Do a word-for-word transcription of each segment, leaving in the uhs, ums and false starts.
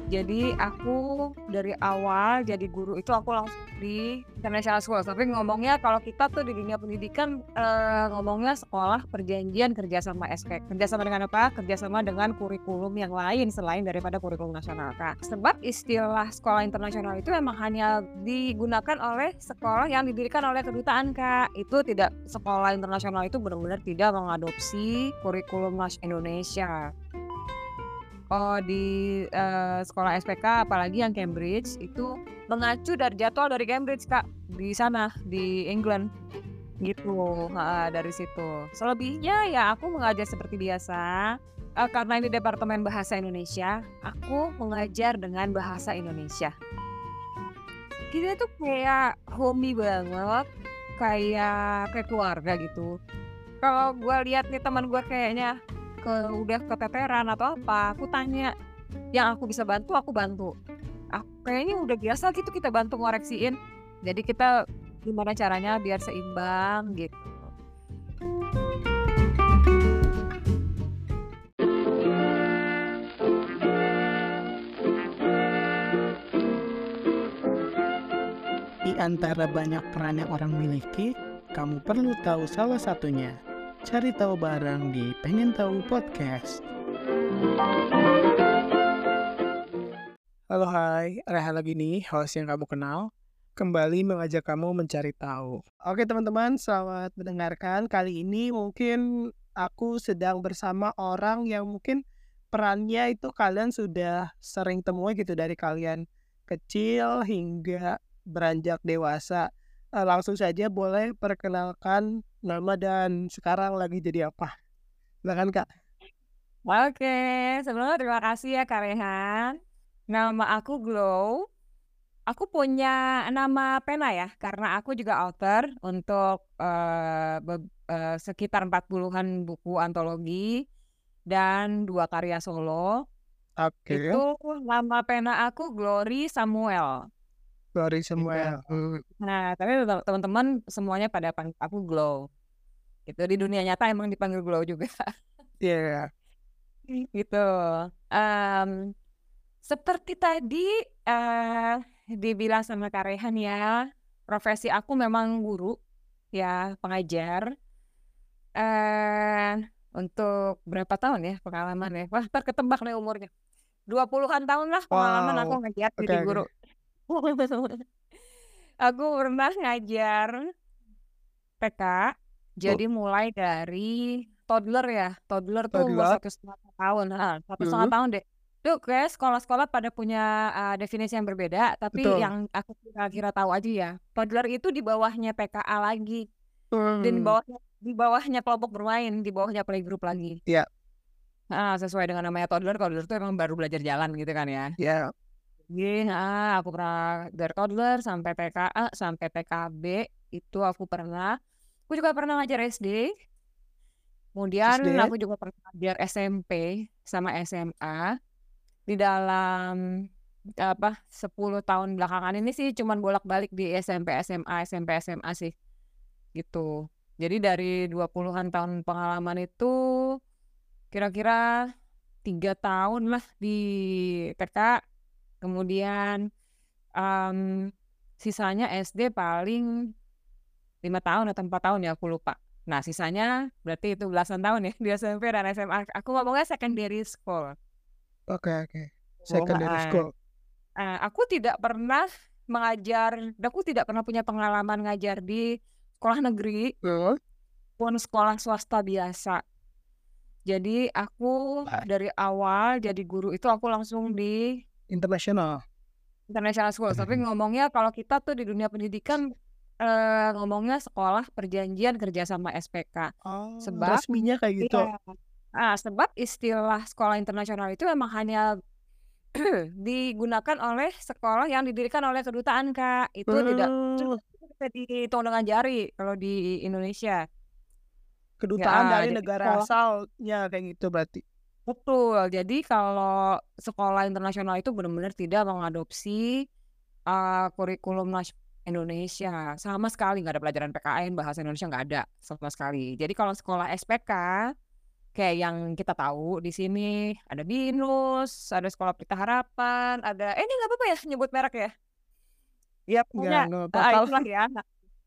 Jadi aku dari awal jadi guru itu aku langsung di international school. Tapi ngomongnya kalau kita tuh di dunia pendidikan eh, ngomongnya sekolah perjanjian kerjasama S P. Kerjasama dengan apa? Kerjasama dengan kurikulum yang lain selain daripada kurikulum nasional. Kak. Sebab istilah sekolah internasional itu emang hanya digunakan oleh sekolah yang didirikan oleh kedutaan, Kak. Itu tidak, sekolah internasional itu benar-benar tidak mengadopsi kurikulum nas Indonesia. Oh, di eh, sekolah S P K apalagi yang Cambridge itu mengacu dari jadwal dari Cambridge, Kak, di sana di England gitu. Ha, dari situ. Selebihnya ya aku mengajar seperti biasa. Eh, karena ini Departemen Bahasa Indonesia, aku mengajar dengan bahasa Indonesia. Kita tuh kayak homey banget, kayak kayak keluarga gitu. Kalau gue lihat nih teman gue kayaknya ke udah keteteran atau apa, aku tanya, yang aku bisa bantu aku bantu. Aku kayaknya udah biasa gitu kita bantu ngoreksiin. Jadi kita gimana caranya biar seimbang gitu. Di antara banyak peran yang orang miliki, kamu perlu tahu salah satunya. Cari tahu bareng di Pengen Tahu Podcast. Halo hai, Rehan lagi nih, host yang kamu kenal. Kembali mengajak kamu mencari tahu. Oke teman-teman, selamat mendengarkan. Kali ini mungkin aku sedang bersama orang yang mungkin perannya itu kalian sudah sering temui gitu dari kalian kecil hingga beranjak dewasa. Eh, langsung saja boleh perkenalkan nama dan sekarang lagi jadi apa? Silakan Kak. Oke, sebelumnya terima kasih ya Kak Rehan. Nama aku Glow. Aku punya nama pena ya, karena aku juga author untuk uh, be- uh, sekitar empat puluhan buku antologi dan dua karya solo. Oke, Itu nama pena aku Glory Samuel. Glory Gitu. Samuel. Hmm, Nah, tapi teman-teman semuanya pada panggil aku Glow. Gitu, di dunia nyata emang dipanggil Glow juga. Iya. Gitu. Em, seperti tadi eh dibilang sama Kak Rehan ya, profesi aku memang guru, ya pengajar. Eh untuk berapa tahun ya pengalaman ya? Wah, ntar ketebak nih umurnya. dua puluhan tahun lah pengalaman aku Wow. ngajar Oke, jadi oke. guru. Aku pernah ngajar P K, Oh, jadi mulai dari toddler ya. Toddler tuh umur toddler. satu setengah tahun. Nah, satu setengah Hmm, tahun deh. Tuh kayak sekolah-sekolah pada punya uh, definisi yang berbeda, tapi betul. yang aku kira-kira tahu aja ya, toddler itu di bawahnya P K A lagi, dan di Hmm, bawahnya di bawahnya kelompok bermain, di bawahnya playgroup lagi. ya, Nah, sesuai dengan namanya toddler, toddler itu emang baru belajar jalan gitu kan ya. ya. Jadi, nah, aku pernah dari toddler sampai P K A sampai P K B itu aku pernah. Aku juga pernah ngajar S D. Kemudian S D. aku juga pernah ngajar S M P sama S M A. Di dalam apa sepuluh tahun belakangan ini sih cuman bolak-balik di S M P S M A S M P S M A sih gitu. Jadi dari dua puluhan tahun pengalaman itu kira-kira tiga tahun lah di P K. Kemudian um, sisanya S D paling lima tahun atau empat tahun ya aku lupa. Nah sisanya berarti itu belasan tahun ya di S M P dan S M A. Aku ngomongnya secondary school. Oke, oke. Oh, Secondary uh, school. uh, aku tidak pernah mengajar, aku tidak pernah punya pengalaman ngajar di sekolah negeri Hmm, pun sekolah swasta biasa. Jadi aku dari awal jadi guru itu aku langsung di international. international school. Tapi ngomongnya kalau kita tuh di dunia pendidikan eh, ngomongnya sekolah perjanjian kerjasama S P K. Oh, Sebab resminya kayak gitu. iya, ah, sebab istilah sekolah internasional itu memang hanya digunakan oleh sekolah yang didirikan oleh kedutaan, Kak. Itu tidak itu Hmm, bisa dihitung dengan jari kalau di Indonesia. Ya, kedutaan ah, dari jadi negara sekolah asalnya kayak gitu berarti. betul. Jadi kalau sekolah internasional itu benar-benar tidak mengadopsi uh, kurikulum nasional Indonesia, sama sekali nggak ada pelajaran P K N bahasa Indonesia, nggak ada sama sekali. Jadi kalau sekolah S P K kayak yang kita tahu di sini ada BINUS, ada Sekolah Pelita Harapan, ada eh ini nggak apa-apa ya nyebut merek ya? Ya Enggak, pokoknya nggak apa heeh, kalau itulah ya. Nah,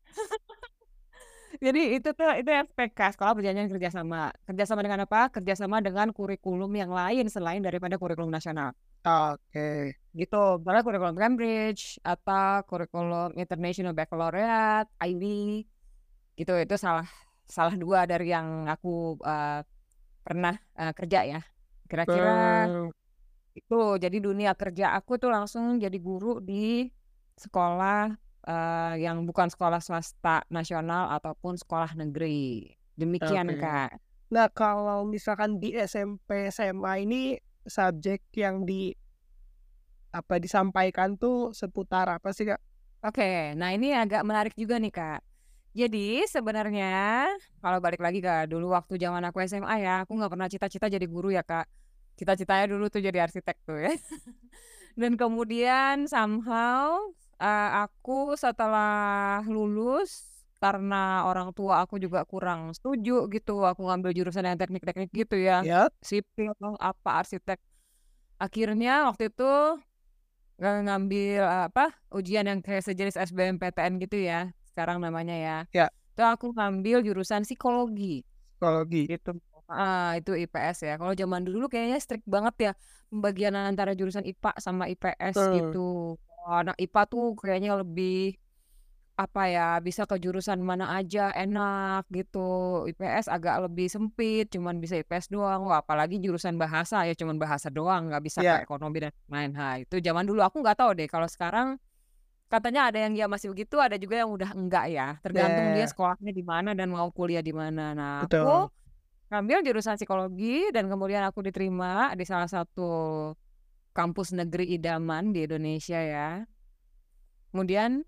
jadi itu tuh itu S P K, Sekolah Perjanjian Kerjasama. Kerjasama dengan apa? Kerjasama dengan kurikulum yang lain selain daripada kurikulum nasional. Oke. Gitu, misalnya kurikulum Cambridge atau kurikulum International Baccalaureate, I B, gitu. Itu salah salah dua dari yang aku uh, pernah uh, kerja ya. Kira-kira Mmm, itu. Jadi dunia kerja aku tuh langsung jadi guru di sekolah uh, yang bukan sekolah swasta nasional ataupun sekolah negeri. Demikian, oke. Kak. Nah, kalau misalkan di S M P, S M A ini subjek yang di apa, disampaikan tuh seputar apa sih, Kak? Oke, nah ini agak menarik juga nih, Kak. Jadi sebenarnya kalau balik lagi ke dulu waktu zaman aku S M A ya, aku nggak pernah cita-cita jadi guru ya, Kak. Cita-citanya dulu tuh jadi arsitek tuh ya. Dan kemudian somehow eh, aku setelah lulus karena orang tua aku juga kurang setuju gitu, aku ngambil jurusan yang teknik-teknik gitu ya, Ya? sipil apa arsitek. Akhirnya waktu itu Eee, ngambil, eee, apa, ujian yang kayak sejenis S B M P T N gitu ya, sekarang namanya ya. Ya, Itu aku ngambil jurusan psikologi, psikologi. gitu. Heeh, itu I P S ya. Kalau zaman dulu kayaknya strict banget ya, pembagian antara jurusan I P A sama I P S Betul. gitu. Kalau anak I P A tuh kayaknya lebih apa ya, bisa ke jurusan mana aja enak gitu. I P S agak lebih sempit, cuman bisa I P S doang. Wah, apalagi jurusan bahasa ya cuman bahasa doang, nggak bisa ke Ya, ekonomi dan lain. Nah, itu zaman dulu aku nggak tahu deh kalau sekarang katanya ada yang ya masih begitu, ada juga yang udah enggak ya. Tergantung dia ya, sekolahnya di mana dan mau kuliah di mana. Nah, aku betul. ngambil jurusan psikologi dan kemudian aku diterima di salah satu kampus negeri idaman di Indonesia ya. Kemudian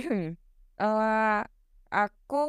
eee, aku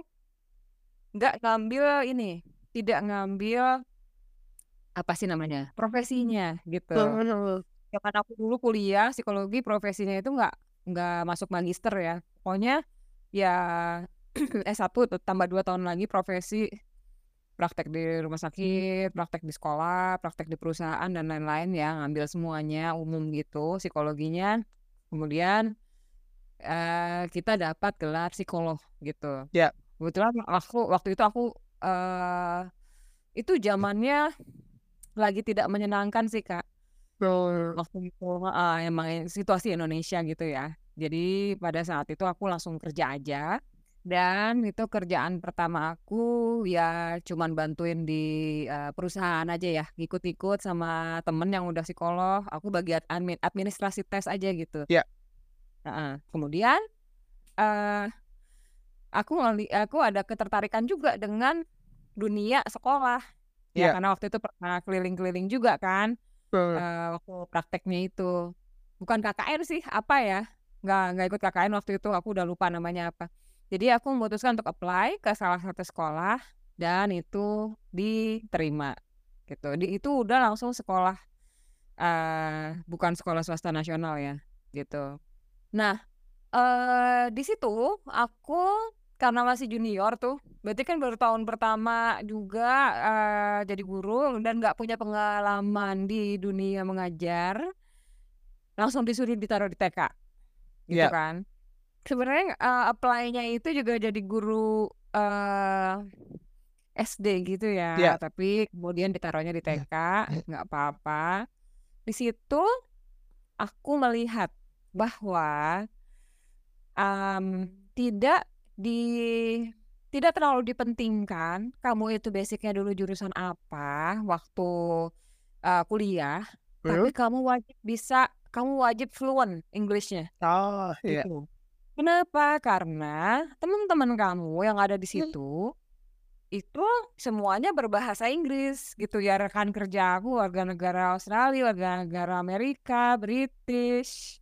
nggak ngambil ini, tidak ngambil, apa sih namanya, profesinya gitu. Betul. Zaman aku dulu kuliah psikologi profesinya itu nggak nggak masuk magister ya. Pokoknya ya S satu tuh tambah dua tahun lagi profesi, praktek di rumah sakit, praktek di sekolah, praktek di perusahaan dan lain-lain ya, ngambil semuanya umum gitu psikologinya. Kemudian, eee, kita dapat gelar psikolog gitu. Ya, Kebetulan aku waktu itu aku, eee, itu zamannya lagi tidak menyenangkan sih, Kak, betul. waktu itu heeh, emang situasi Indonesia gitu ya. Jadi pada saat itu aku langsung kerja aja, dan itu kerjaan pertama aku ya cuman bantuin di, eee, perusahaan aja ya, ngikut-ngikut sama temen yang udah psikolog, aku bagian admin administrasi tes aja gitu. Ya, Heeh, kemudian, eee, aku ngeli aku ada ketertarikan juga dengan dunia sekolah. Ya ya, karena waktu itu pernah keliling-keliling juga kan, betul. eee, waktu prakteknya itu. Bukan K K N sih, apa ya, nggak nggak ikut K K N waktu itu, aku udah lupa namanya apa. Jadi aku memutuskan untuk apply ke salah satu sekolah dan itu diterima, gitu. Di itu udah langsung sekolah, eee, bukan sekolah swasta nasional ya, gitu. Nah, Eee, di situ aku karena masih junior tuh, berarti kan baru tahun pertama juga, eee, jadi guru dan nggak punya pengalaman di dunia mengajar, langsung disuruh ditaruh di T K, gitu Ya, kan. Sebenarnya, eee, apply-nya itu juga jadi guru, eee, S D gitu ya, ya, tapi kemudian ditaruhnya di T K, nggak apa-apa. Di situ aku melihat bahwa Mmm, tidak di tidak terlalu dipentingkan kamu itu basic-nya dulu jurusan apa waktu, eee, kuliah, tapi mhm. kamu wajib bisa kamu wajib fluent English-nya, Oh, iya. gitu. Kenapa? Karena teman-teman kamu yang ada di situ, itu semuanya berbahasa Inggris gitu ya, rekan kerja aku warga negara Australia, warga negara Amerika, British.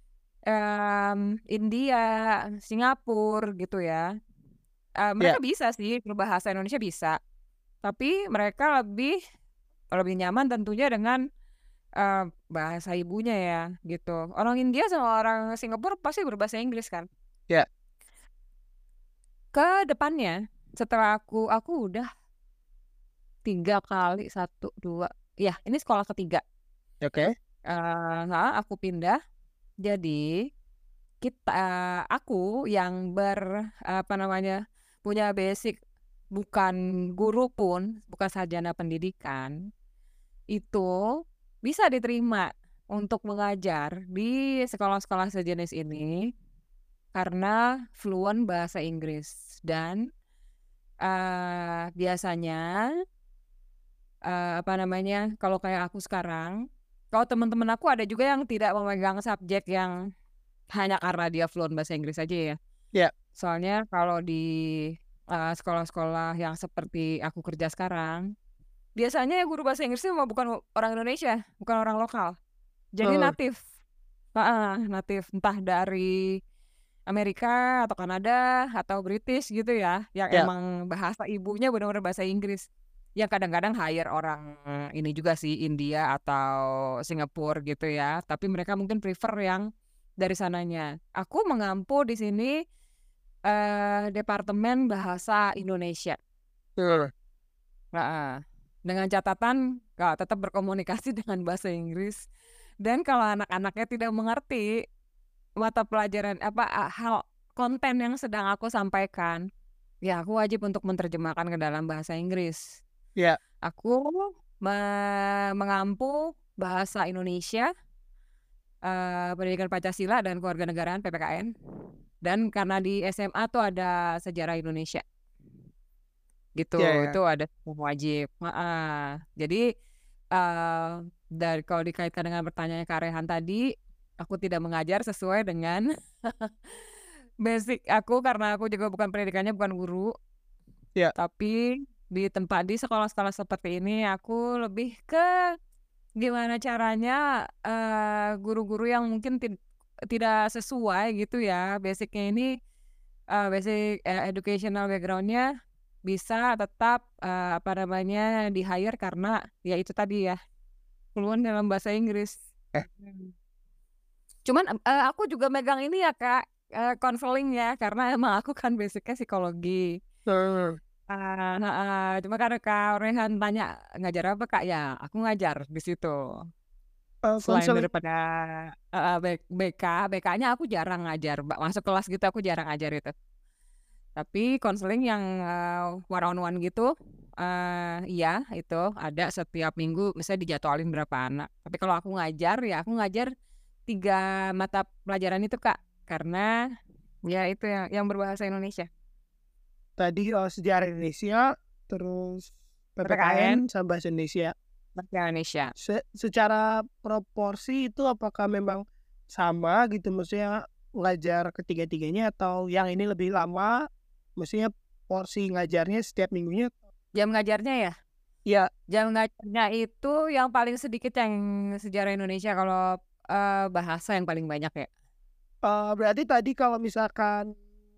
Mmm, India, Singapura gitu ya, eee, Iya, mereka bisa sih berbahasa Indonesia bisa, tapi mereka lebih lebih nyaman tentunya dengan, eee, bahasa ibunya ya gitu. Orang India sama orang Singapura pasti berbahasa Inggris kan. iya, Ke depannya setelah aku aku udah tiga kali, satu, dua, iya ini sekolah ketiga. Oke. Eee, heeh, aku pindah. Jadi kita aku yang ber apa namanya, punya basic bukan guru pun, bukan sarjana pendidikan, itu bisa diterima untuk mengajar di sekolah-sekolah sejenis ini karena fluent bahasa Inggris dan, eee, biasanya, eee, apa namanya, kalau kayak aku sekarang, kalau temen-temen aku ada juga yang tidak memegang subjek yang hanya karena dia fluent bahasa Inggris aja ya. Iya. Soalnya kalau di, eee, sekolah-sekolah yang seperti aku kerja sekarang, biasanya guru bahasa Inggrisnya mah bukan orang Indonesia, bukan orang lokal. Jadi Oh, natif. Heeh, natif. Entah dari Amerika atau Kanada atau British gitu ya, yang ya. emang bahasa ibunya bener-bener bahasa Inggris. Yang kadang-kadang hire orang ini juga sih, India atau Singapura gitu ya, tapi mereka mungkin prefer yang dari sananya. Aku mengampu di sini, eee, Departemen Bahasa Indonesia. Betul. Heeh. Dengan catatan, eee, tetap berkomunikasi dengan bahasa Inggris dan kalau anak-anaknya tidak mengerti mata pelajaran apa, a hal konten yang sedang aku sampaikan, ya aku wajib untuk menerjemahkan ke dalam bahasa Inggris. Iya. Aku me mengampu bahasa Indonesia, eee, pendidikan Pancasila dan kewarganegaraan P P K N, dan karena di S M A tuh ada sejarah Indonesia. Gitu, Iya ya. itu ada wajib, heeh. Jadi, eee, dari kalau dikaitkan dengan pertanyaan Kak Rehan tadi, aku tidak mengajar sesuai dengan basic aku karena aku juga bukan pendidikannya bukan guru, Iya. tapi di tempat di sekolah-sekolah seperti ini aku lebih ke gimana caranya, eee, guru-guru yang mungkin tid tidak sesuai gitu ya basic-nya ini, eee, basic, eee, educational background-nya bisa tetap, eee, apa namanya, di-hire karena ya itu tadi ya, fluent dalam bahasa Inggris. Eh. Mhm. Cuman, eee, aku juga megang ini ya Kak, eee, konseling ya karena emang aku kan basic-nya psikologi. Betul. Eee, heeh, cuma karena Kak Rehan tanya, "Ngajar apa Kak?" Ya aku ngajar di situ. Eee, Selain konseling daripada heeh, B BK, BK-nya aku jarang ngajar, Mbak, masuk kelas gitu aku jarang ngajar itu. Tapi konseling yang, eee, one on one gitu, eee, iya itu ada setiap minggu misalnya dijadwalin berapa anak. Tapi kalau aku ngajar, ya aku ngajar tiga mata pelajaran itu, Kak, karena ya itu yang yang berbahasa Indonesia. tadi, eee, sejarah Indonesia, terus P P K N, P P K N sama bahasa Indonesia. bahasa Indonesia. Se secara proporsi itu apakah memang sama gitu, maksudnya ngajar ketiga-tiganya atau yang ini lebih lama, maksudnya porsi ngajarnya setiap minggunya? Jam ngajarnya ya? Iya. Jam ngajarnya itu yang paling sedikit yang sejarah Indonesia, kalau, eee, bahasa yang paling banyak ya. Eee, berarti tadi kalau misalkan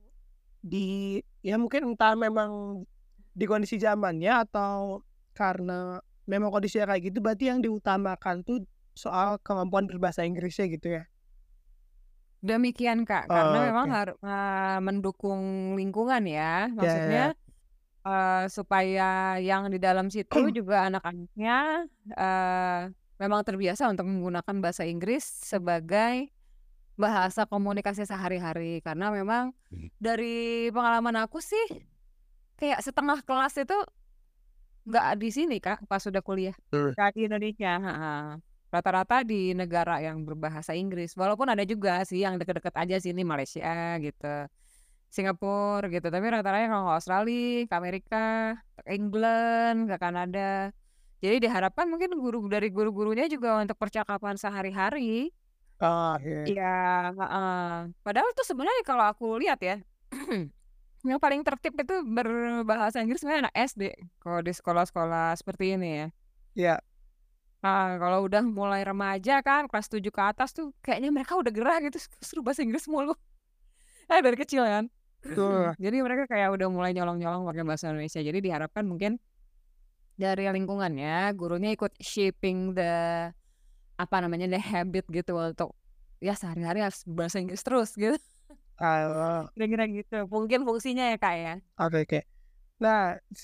di ya mungkin entah memang di kondisi zamannya atau karena memang kondisinya kayak gitu, berarti yang diutamakan tuh soal kemampuan berbahasa Inggrisnya gitu ya? Demikian, Kak, karena memang Oke. haru eee, mendukung lingkungan ya, Ya ya. maksudnya, eee, supaya yang di dalam situ juga anak-anaknya, eee, memang terbiasa untuk menggunakan bahasa Inggris sebagai bahasa komunikasi sehari-hari. Karena memang dari pengalaman aku sih, kayak setengah kelas itu nggak di sini, Kak, pas udah kuliah. Betul. Nggak di Indonesia, heeh. Rata-rata di negara yang berbahasa Inggris, walaupun ada juga sih yang deket-deket aja sini, Malaysia gitu, Singapura gitu, tapi rata-rata kalau ke Australia, ke Amerika, ke England, ke Kanada. Jadi diharapkan mungkin guru dari guru-gurunya juga untuk percakapan sehari-hari. Oh, iya. Iya, heeh. Padahal tuh sebenarnya kalau aku lihat ya, yang paling tertib itu berbahasa Inggris sebenarnya anak S D, kalau di sekolah-sekolah seperti ini ya. Iya. Heeh, kalau udah mulai remaja kan kelas tujuh ke atas tuh kayaknya mereka udah gerah gitu suruh bahasa Inggris mulu. Eh, dari kecil kan. Betul. Jadi mereka kayak udah mulai nyolong-nyolong pakai bahasa Indonesia. Jadi diharapkan mungkin dari lingkungannya gurunya ikut shaping the apa namanya, the habit gitu untuk ya sehari-hari harus bahasa Inggris terus gitu. Oh, Kira-kira gitu. Mungkin fungsinya ya, Kak, ya. oke oke. Nah, set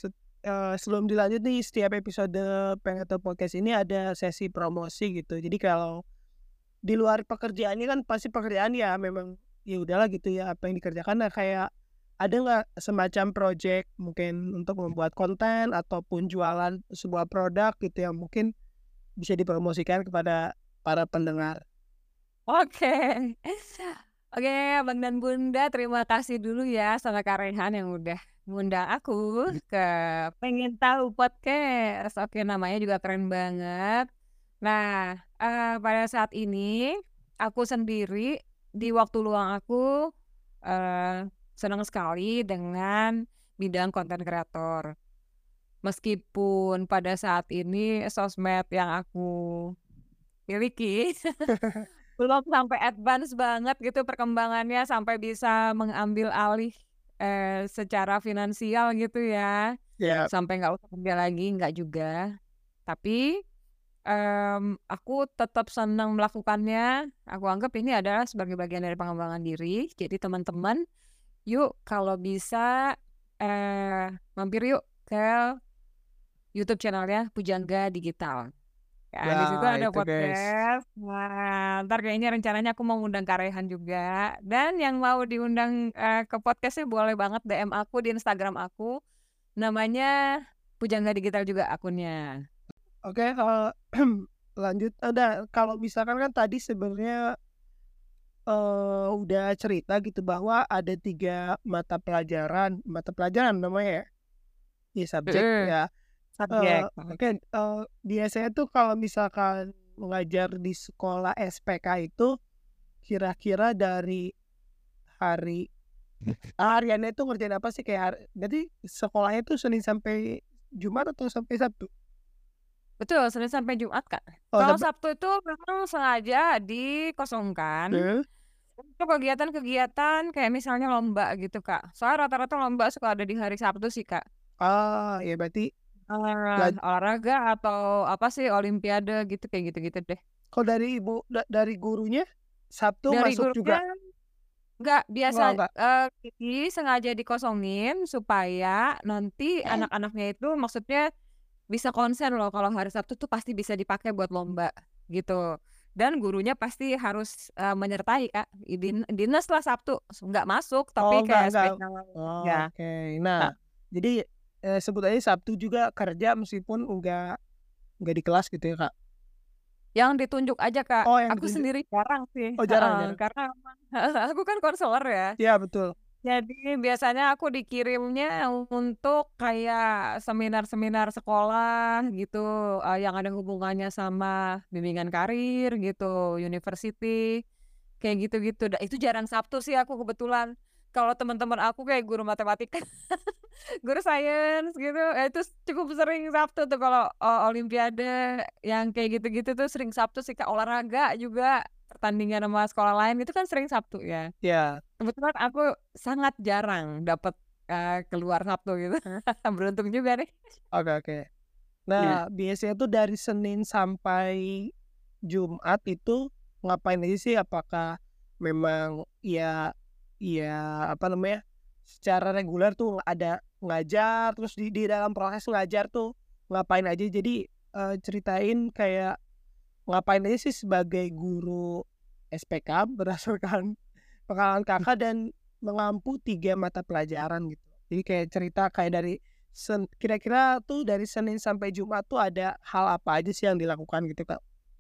eee, sebelum dilanjut nih, setiap episode Pengen Tahu Podcast ini ada sesi promosi gitu. Jadi kalau di luar pekerjaannya kan pasti pekerjaan ya memang ya udahlah gitu ya apa yang dikerjakan. Nah kayak ada nggak semacam project mungkin untuk membuat konten ataupun jualan sebuah produk gitu yang mungkin bisa dipromosikan kepada para pendengar? Oke. Oke, Abang dan Bunda, terima kasih dulu ya sama Kak Rehan yang udah ngundang aku ke Pengen Tahu Podcast. Oke, namanya juga keren banget. Nah, eee, pada saat ini aku sendiri di waktu luang aku, eee, senang sekali dengan bidang konten kreator. Meskipun pada saat ini sosmed yang aku miliki belum sampai advance banget gitu perkembangannya sampai bisa mengambil alih, eee, secara finansial gitu ya, Ya. sampai nggak usah kerja lagi, nggak juga. Tapi, mmm, aku tetap senang melakukannya, aku anggap ini adalah sebagai bagian dari pengembangan diri. Jadi teman-teman, yuk kalau bisa, eee, mampir yuk ke YouTube channel-nya Pujangga Digital. Ya, di situ Nah ada itu guys. podcast. Nah, entar kayaknya rencananya aku mau ngundang Kak Rehan juga. Dan yang mau diundang, eee, ke podcast-nya boleh banget D M aku di Instagram aku. Namanya Pujangga Digital juga akunnya. Oke, eee, lanjut ada kalau misalkan kan tadi sebenarnya, eee, udah cerita gitu bahwa ada tiga mata pelajaran mata pelajaran namanya ya? Iya subjek Mhm, ya, eee, subjek. oke, eee, biasanya tuh kalau misalkan mengajar di sekolah S P K itu kira-kira dari hari hariannya itu ngerjain apa sih? Kayak har berarti sekolahnya tuh Senin sampai Jumat atau sampai Sabtu? Betul, Senin sampai Jumat, Kak. Oh Kalau sampai Sabtu itu memang sengaja dikosongkan heeh. untuk kegiatan-kegiatan kayak misalnya lomba gitu, Kak. Soalnya rata-rata lomba suka ada di hari Sabtu sih, Kak. Oh, ya berarti Eee, la olahraga atau apa sih, olimpiade gitu, kayak gitu-gitu deh. kalau dari ibu da dari gurunya, Sabtu Dari masuk gurunya juga? nggak, Oh, biasa, enggak? eee, jadi sengaja dikosongin supaya nanti anak-anaknya itu maksudnya bisa konsen loh kalau hari Sabtu tuh pasti bisa dipakai buat lomba, gitu. Dan gurunya pasti harus, eee, menyertai, Kak, i din dinas lah Sabtu, nggak masuk Oh, tapi enggak kayak enggak. spesial Oh, ya, oke. Nah, Kak. jadi, eee, sebut aja Sabtu juga kerja meskipun enggak enggak di kelas gitu ya, Kak? Yang ditunjuk aja, Kak. Oh, yang Aku ditunjuk. sendiri jarang sih, Oh, jarang heeh, jarang? karena emang heeh, aku kan konselor ya. Iya, betul. Jadi biasanya aku dikirimnya untuk kayak seminar-seminar sekolah gitu, eee, yang ada hubungannya sama bimbingan karir gitu, university, kayak gitu-gitu. Da itu jarang Sabtu sih aku kebetulan. Kalau teman-teman aku kayak guru matematika, guru sains gitu, eh, itu cukup sering Sabtu tuh kalau, eee, olimpiade yang kayak gitu-gitu tuh sering Sabtu sih, Kak. Olahraga juga, pertandingan sama sekolah lain itu kan sering Sabtu ya. Iya. Kebetulan aku sangat jarang dapet, eee, keluar Sabtu gitu. Beruntung juga nih. Oke oke. Iya. Nah, biasanya tuh dari Senin sampai Jumat itu ngapain aja sih? Apakah memang ya ya apa namanya, secara reguler tuh ada ngajar, terus di di dalam proses ngajar tuh ngapain aja? Jadi, eee, ceritain kayak ngapain aja sih sebagai guru S P K berdasarkan pengalaman Kakak dan mengampu tiga mata pelajaran gitu. Jadi kayak cerita kayak dari sen kira-kira tuh dari Senin sampai Jumat tuh ada hal apa aja sih yang dilakukan gitu, Kak?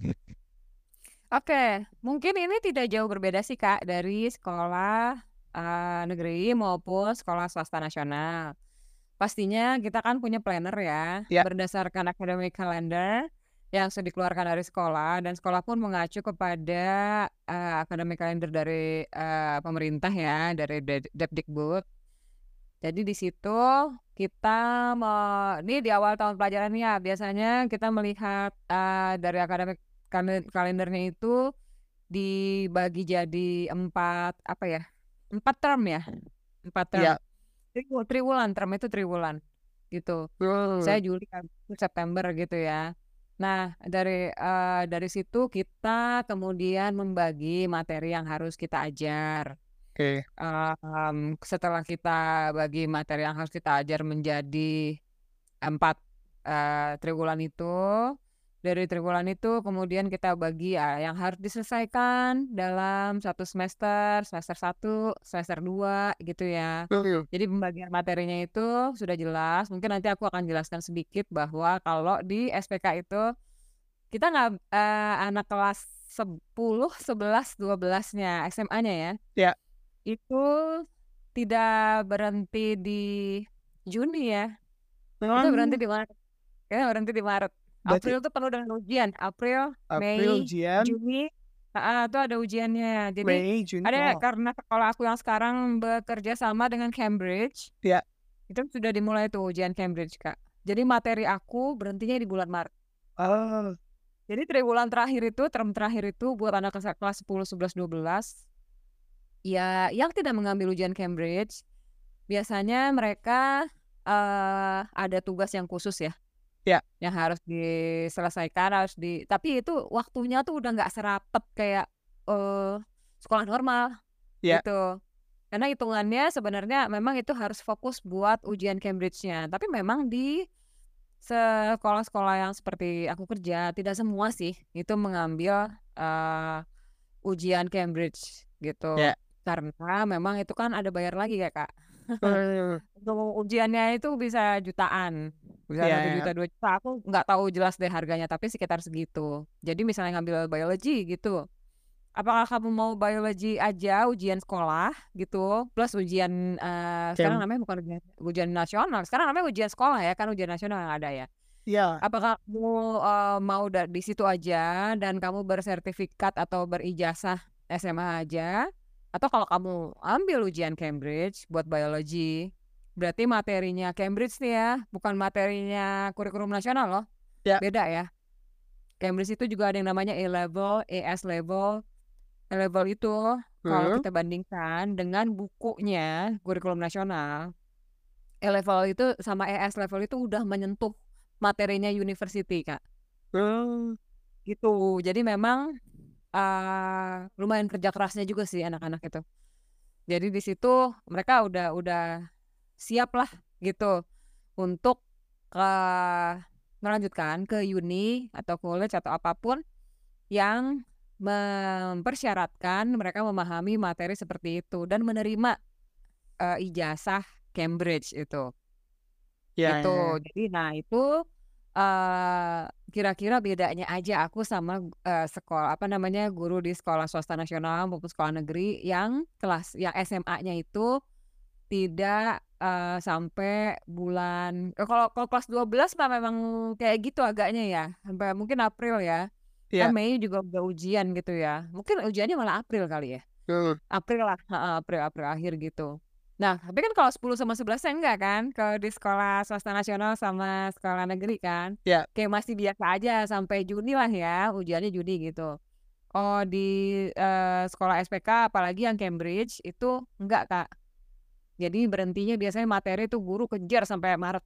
Oke, mungkin ini tidak jauh berbeda sih, Kak, dari sekolah, eee, negeri maupun sekolah swasta nasional. Pastinya kita kan punya planner ya, Ya, berdasarkan academic calendar yang sudah dikeluarkan dari sekolah dan sekolah pun mengacu kepada, eee, academic calendar dari, eee, pemerintah ya, dari Ded Depdikbud. Jadi di situ kita me ini di awal tahun pelajaran ya, biasanya kita melihat, eee, dari akademik kale kalendernya itu dibagi jadi empat apa ya, empat term ya, empat term. iya. Triwu triwulan, term itu triwulan, gitu. Mmm, Saya Juli, Agustus, September gitu ya. Nah dari, eee, dari situ kita kemudian membagi materi yang harus kita ajar. oke. Mmm, setelah kita bagi materi yang harus kita ajar menjadi empat, eee, triwulan itu. Dari triwulan itu kemudian kita bagi ya yang harus diselesaikan dalam satu semester, semester satu, semester dua gitu ya. Betul. Jadi pembagian materinya itu sudah jelas, mungkin nanti aku akan jelaskan sedikit bahwa kalau di S P K itu kita nggak eee, anak kelas sepuluh, sebelas, dua belas-nya S M A-nya ya, Ya. itu tidak berhenti di Juni ya, itu berhenti Oh, di Maret, kayaknya berhenti di Maret. berarti April tuh penuh dengan ujian, April, April Mei, ujian, Juni heeh, itu ada ujiannya. Jadi Mei, Juni. ada Oh, karena sekolah aku yang sekarang bekerja sama dengan Cambridge, ya. itu sudah dimulai tuh ujian Cambridge, Kak. Jadi materi aku berhentinya di bulan Maret. Oh, Jadi triwulan terakhir itu, term terakhir itu buat anak kesa kelas sepuluh, sebelas, dua belas, ya yang tidak mengambil ujian Cambridge, biasanya mereka, eee, ada tugas yang khusus ya, ya. yang harus diselesaikan, harus di tapi itu waktunya tuh udah nggak serapet kayak, eee, sekolah normal, Ya. gitu. Karena hitungannya sebenarnya memang itu harus fokus buat ujian Cambridge-nya, tapi memang di sekolah-sekolah yang seperti aku kerja, tidak semua sih itu mengambil, eee, ujian Cambridge, gitu. Ya. Karena memang itu kan ada bayar lagi ya, Kak. Eee, Untuk ujiannya itu bisa jutaan, bisa iya satu ya. juta, dua juta, aku nggak tahu jelas deh harganya, tapi sekitar segitu. Jadi misalnya ngambil biologi gitu, apakah kamu mau biologi aja ujian sekolah gitu, plus ujian, eee, sekarang Kem namanya bukan ujian ujian nasional, sekarang namanya ujian sekolah ya, kan ujian nasional yang ada ya. iya. Apakah kamu, eee, mau da di situ aja dan kamu bersertifikat atau berijazah S M A aja, atau kalau kamu ambil ujian Cambridge buat biologi, berarti materinya Cambridge nih ya, bukan materinya kurikulum nasional loh, Ya. beda ya. Cambridge itu juga ada yang namanya A-level, A S level. A-level itu kalau Mhm. kita bandingkan dengan bukunya kurikulum nasional, A-level itu sama A S level itu udah menyentuh materinya university, Kak. Oh, Gitu. Jadi memang, eee, lumayan kerja kerasnya juga sih anak-anak itu. Jadi di situ mereka udah udah siap lah gitu untuk, eee, melanjutkan ke uni atau college atau apapun yang mempersyaratkan mereka memahami materi seperti itu dan menerima, eee, ijazah Cambridge itu. iya Gitu. iya. Jadi nah itu, eee, kira-kira bedanya aja aku sama, eee, sekolah apa namanya, guru di sekolah swasta nasional maupun sekolah negeri yang kelas yang S M A-nya itu tidak, eee, sampai bulan eee, kalau kalau kelas dua belas mah memang kayak gitu agaknya ya, sampai mungkin April ya. Kan Iya. Mei juga udah ujian gitu ya, mungkin ujiannya malah April kali ya? Betul. April lah, heeh, April April akhir gitu. Nah, tapi kan kalau sepuluh sama sebelasnya enggak kan, kalau di sekolah swasta nasional sama sekolah negeri kan, Iya. kayak masih biasa aja sampai Juni lah ya, ujiannya Juni gitu. Kalau di, eee, sekolah S P K apalagi yang Cambridge itu enggak, Kak. Jadi berhentinya biasanya materi tuh guru kejar sampai Maret.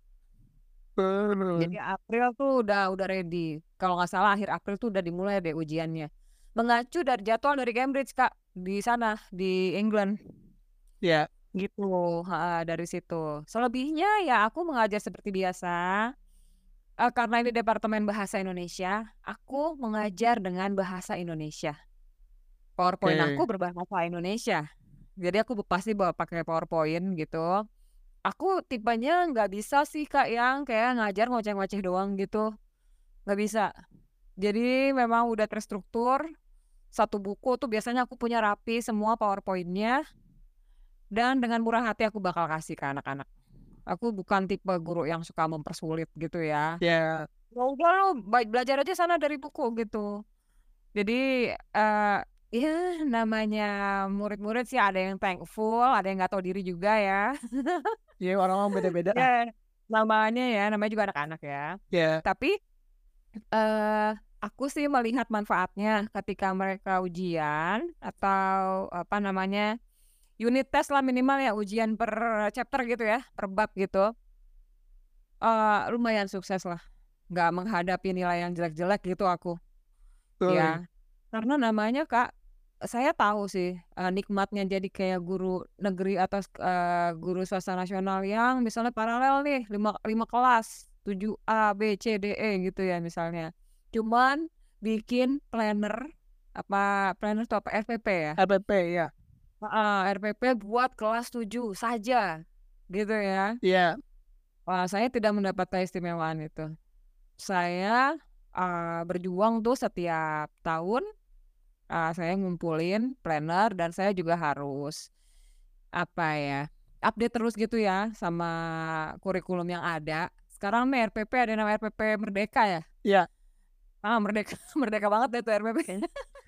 Jadi Betul. April tuh udah udah ready, kalau nggak salah akhir April tuh udah dimulai deh ujiannya. Mengacu dari jadwal dari Cambridge, Kak, di sana, di England. Iya. Gitu, heeh, dari situ. Selebihnya ya aku mengajar seperti biasa, eee, karena ini Departemen Bahasa Indonesia, aku mengajar dengan bahasa Indonesia. PowerPoint aku Oke. berbahasa Indonesia. Jadi aku be pasti bawa pakai PowerPoint gitu. Aku tipenya nggak bisa sih, Kak, yang kayak ngajar ngoceh-ngoceh doang gitu, nggak bisa. Jadi memang udah terstruktur, satu buku tuh biasanya aku punya rapi semua PowerPoint-nya, dan dengan murah hati aku bakal kasih ke anak-anak. Aku bukan tipe guru yang suka mempersulit gitu ya. Iya. Ya udah lu ba belajar aja sana dari buku gitu. Jadi, eee, ya namanya murid-murid sih ada yang thankful, ada yang nggak tahu diri juga ya. Iya, orang-orang beda-beda ah. Ya, namanya ya, namanya juga anak-anak ya. Iya. Tapi, eee, aku sih melihat manfaatnya ketika mereka ujian atau apa namanya, unit test lah minimal ya, ujian per chapter gitu ya, per bab gitu. Eee, lumayan sukses lah, nggak menghadapi nilai yang jelek-jelek gitu aku, Betul. ya. Karena namanya Kak, saya tahu sih, eee, nikmatnya jadi kayak guru negeri atau sek eee, guru swasta nasional yang misalnya paralel nih lima lima kelas. tujuh A, B, C, D, E gitu ya misalnya. Cuman bikin planner, apa planner tuh apa, R P P ya? R P P ya. Heeh, R P P buat kelas tujuh saja, gitu ya. Iya. Wah, saya tidak mendapat keistimewaan itu. Saya, eee, berjuang tuh setiap tahun, eee, saya ngumpulin planner dan saya juga harus, apa ya, update terus gitu ya sama kurikulum yang ada. Sekarang nih R P P ada yang namanya R P P Merdeka ya? Iya. Ah, merdeka merdeka banget deh tuh R P P-nya.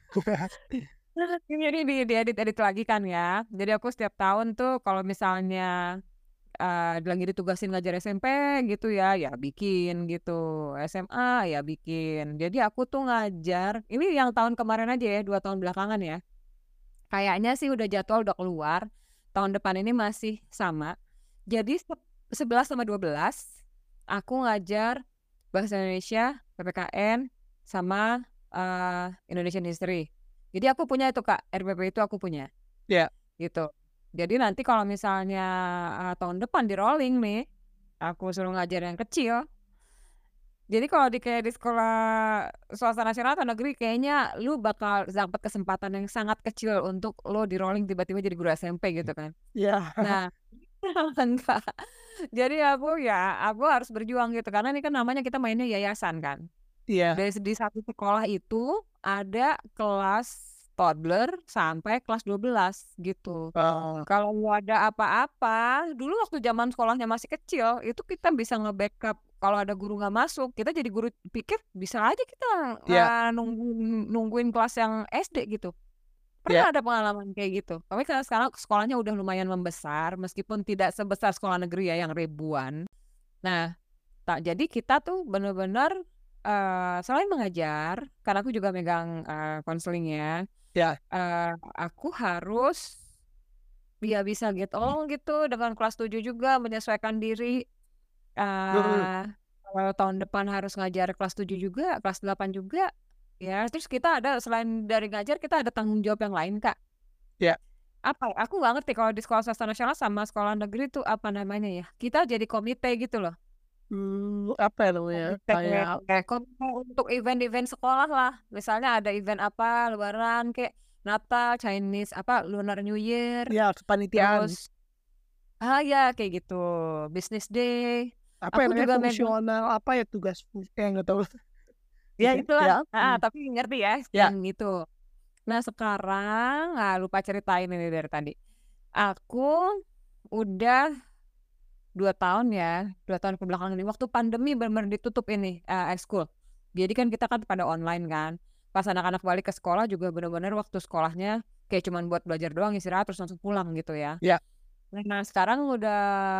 Jadi di diedit-edit lagi kan ya. Jadi aku setiap tahun tuh kalau misalnya, eee, lagi ditugasin ngajar S M P gitu ya, ya bikin gitu, S M A ya bikin. Jadi aku tuh ngajar ini yang tahun kemarin aja ya, dua tahun belakangan ya. Kayaknya sih udah jadwal udah keluar, tahun depan ini masih sama. Jadi sep sebelas sama dua belas aku ngajar Bahasa Indonesia, P P K N, sama, eee, Indonesian History. Jadi aku punya itu Kak, R P P itu aku punya, Iya. gitu. Jadi nanti kalau misalnya, eee, tahun depan di-rolling nih, aku suruh ngajar yang kecil. Jadi kalau di kayak di sekolah swasta nasional atau negeri kayaknya lu bakal dapat kesempatan yang sangat kecil untuk lo di-rolling tiba-tiba jadi guru S M P gitu kan. Iya. Nah, enggak. Jadi aku ya, aku harus berjuang gitu karena ini kan namanya kita mainnya yayasan kan. Iya. Dari di satu sekolah itu ada kelas toddler sampai kelas dua belas gitu. Oh. Kalau mau ada apa-apa, dulu waktu zaman sekolahnya masih kecil, itu kita bisa nge-backup kalau ada guru nggak masuk, kita jadi guru pikir bisa aja kita, Iya. eee, nungguin nungguin kelas yang S D gitu. Iya. Pernah ada pengalaman kayak gitu. Tapi karena sekarang sekolahnya udah lumayan membesar, meskipun tidak sebesar sekolah negeri ya yang ribuan. Nah, tak jadi kita tuh bener-bener, eee, selain mengajar, karena aku juga megang, eee, konseling ya, Iya. eee, aku harus ya bisa get along gitu dengan kelas tujuh juga, menyesuaikan diri, Mhm. eee, kalau tahun depan harus ngajar kelas tujuh juga, kelas delapan juga, ya terus kita ada selain dari ngajar kita ada tanggung jawab yang lain, Kak. Iya. Apa ya, aku nggak ngerti kalau di sekolah swasta nasional sama sekolah negeri tuh apa namanya ya, kita jadi komite gitu loh. Mmm, apa ya namanya, Komite kayak komite untuk event-event sekolah lah, misalnya ada event apa, lebaran kek, Natal, Chinese apa, Lunar New Year, iya, kepanitiaan. terus ah, ya kayak gitu, Business Day, Apa ya aku namanya, juga megang fungsional apa ya, tugas fung eh, nggak tahu. ya Gitu itulah, ya? heeh, Mmm. tapi ngerti ya Iya. yang itu. Nah sekarang, ah, lupa ceritain ini dari tadi, aku udah dua tahun ya, dua tahun kebelakang ini, waktu pandemi bener-bener ditutup ini, eee, ekskul. Jadi kan kita kan pada online kan, pas anak-anak balik ke sekolah juga bener-bener waktu sekolahnya kayak cuman buat belajar doang, istirahat, terus langsung pulang gitu ya. Iya. Nah sekarang udah,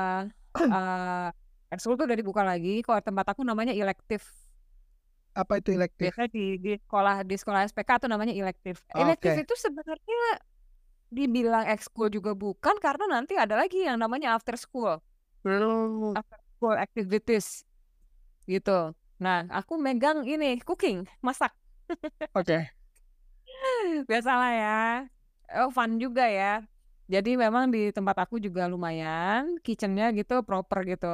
eee, ekskul tuh udah dibuka lagi, kalau tempat aku namanya elektif. Apa itu elektif? Biasanya di di sekolah di sekolah S P K tuh namanya elektif. Elektif Oke. itu sebenarnya dibilang ekskul juga bukan, karena nanti ada lagi yang namanya after school. Mmm. After school activities, gitu. Nah, aku megang ini, cooking, masak. Oke. Biasalah ya, oh fun juga ya. Jadi memang di tempat aku juga lumayan, kitchen-nya gitu proper gitu,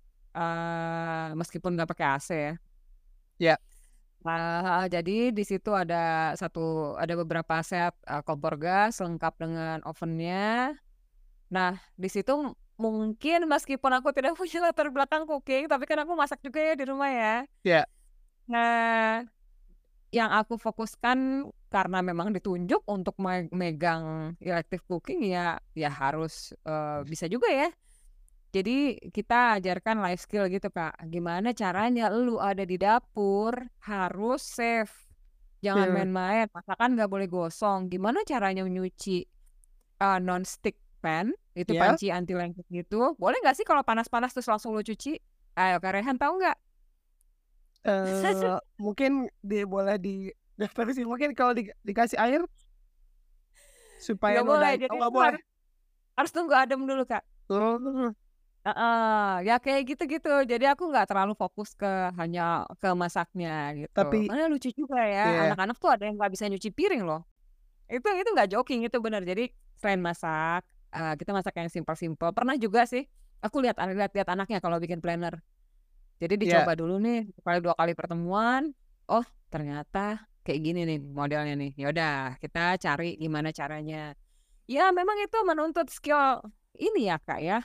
eee, meskipun nggak pakai A C ya. Iya. Nah heeh, jadi di situ ada satu ada beberapa set, eee, kompor gas lengkap dengan oven-nya. Nah, di situ mungkin meskipun aku tidak punya latar belakang cooking, tapi kan aku masak juga ya di rumah ya. Iya. Nah, yang aku fokuskan karena memang ditunjuk untuk me megang elective cooking ya ya harus, eee, bisa juga ya. Jadi kita ajarkan life skill gitu, Kak. Gimana caranya lu ada di dapur harus safe, jangan Iya. main-main, masakan nggak boleh gosong, gimana caranya nyuci, eee, non-stick pan, itu Iya. panci anti lengket gitu, boleh nggak sih kalau panas-panas terus langsung lu cuci? Ayo Kak Rehan tahu nggak? Eee, mungkin di boleh direferensi mungkin kalau di dikasih air supaya Nggak boleh, nodanya jadi oh nggak itu boleh? harus harus tunggu adem dulu, Kak. Oh. Heeh, ya kayak gitu-gitu. Jadi aku nggak terlalu fokus ke hanya ke masaknya gitu. Tapi Karena lucu juga ya, iya. anak-anak tuh ada yang nggak bisa nyuci piring loh. Itu itu nggak joking, itu bener. Jadi selain masak, eee, kita masak yang simpel-simpel. Pernah juga sih, aku lihat lihat-lihat anaknya kalau bikin planner. Jadi Iya. dicoba dulu nih sekali dua kali pertemuan, oh ternyata kayak gini nih modelnya nih. Ya udah kita cari gimana caranya. Ya memang itu menuntut skill ini ya, Kak, ya,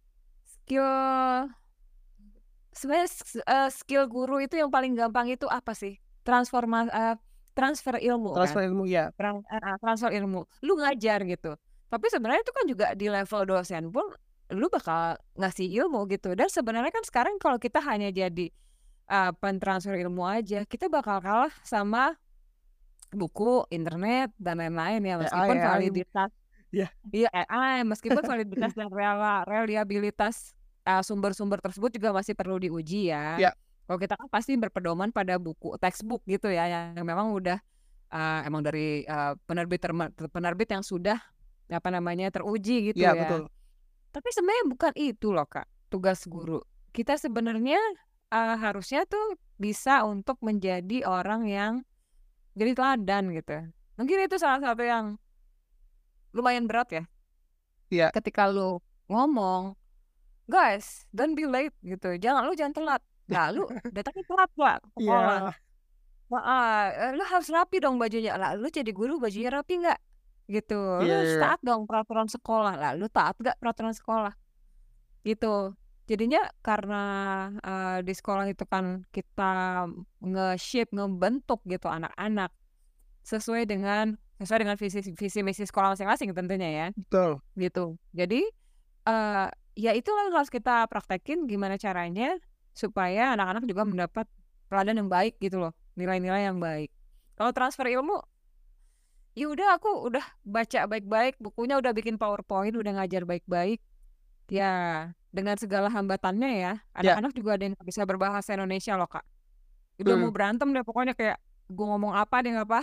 skill sebenarnya s eee, skill guru itu yang paling gampang itu apa sih? Transforma eee, transfer ilmu kan? Transfer ilmu, ya. Tran heeh, transfer ilmu. Lu ngajar gitu. Tapi sebenarnya itu kan juga di level dosen pun lu bakal ngasih ilmu gitu dan sebenarnya kan sekarang kalau kita hanya jadi, eee, pentransfer ilmu aja, kita bakal kalah sama buku, internet, dan lain-lain ya A I meskipun A I, validitas iya. iya A I, meskipun validitas dan rela reliabilitas, eee, sumber-sumber tersebut juga masih perlu diuji ya. Iya. Kalau kita kan pasti berpedoman pada buku textbook gitu ya yang memang udah, eee, emang dari, eee, penerbit terma penerbit yang sudah, apa namanya, teruji gitu Iya, ya. betul. Tapi sebenarnya bukan itu loh, Kak, tugas guru. Kita sebenarnya, eee, harusnya tuh bisa untuk menjadi orang yang jadi teladan gitu. Mungkin itu salah satu yang lumayan berat ya. Iya. Ketika lu ngomong, "Guys, don't be late," gitu, jangan lu jangan telat. Lah lu datangnya telat nggak ke sekolah? Iya. Heeh, eee, lu harus rapi dong bajunya. Lah lu jadi guru bajunya rapi nggak? Gitu. Lu Iya harus iya. taat dong peraturan sekolah. Lah lu taat nggak peraturan sekolah? Gitu. Jadinya karena, eee, di sekolah itu kan kita nge-shape, ngebentuk gitu anak-anak sesuai dengan sesuai dengan visi visi misi sekolah masing-masing tentunya ya, Betul. gitu. Jadi, eee, ya itu yang harus kita praktekin gimana caranya supaya anak-anak juga mendapat teladan yang baik gitu loh, nilai-nilai yang baik. Kalau transfer ilmu ya udah aku udah baca baik-baik, bukunya udah bikin PowerPoint, udah ngajar baik-baik, ya dengan segala hambatannya ya, Iya. anak-anak juga ada yang nggak bisa berbahasa Indonesia loh, Kak. Udah Mmm. mau berantem deh pokoknya kayak, gua ngomong apa dia nggak paham.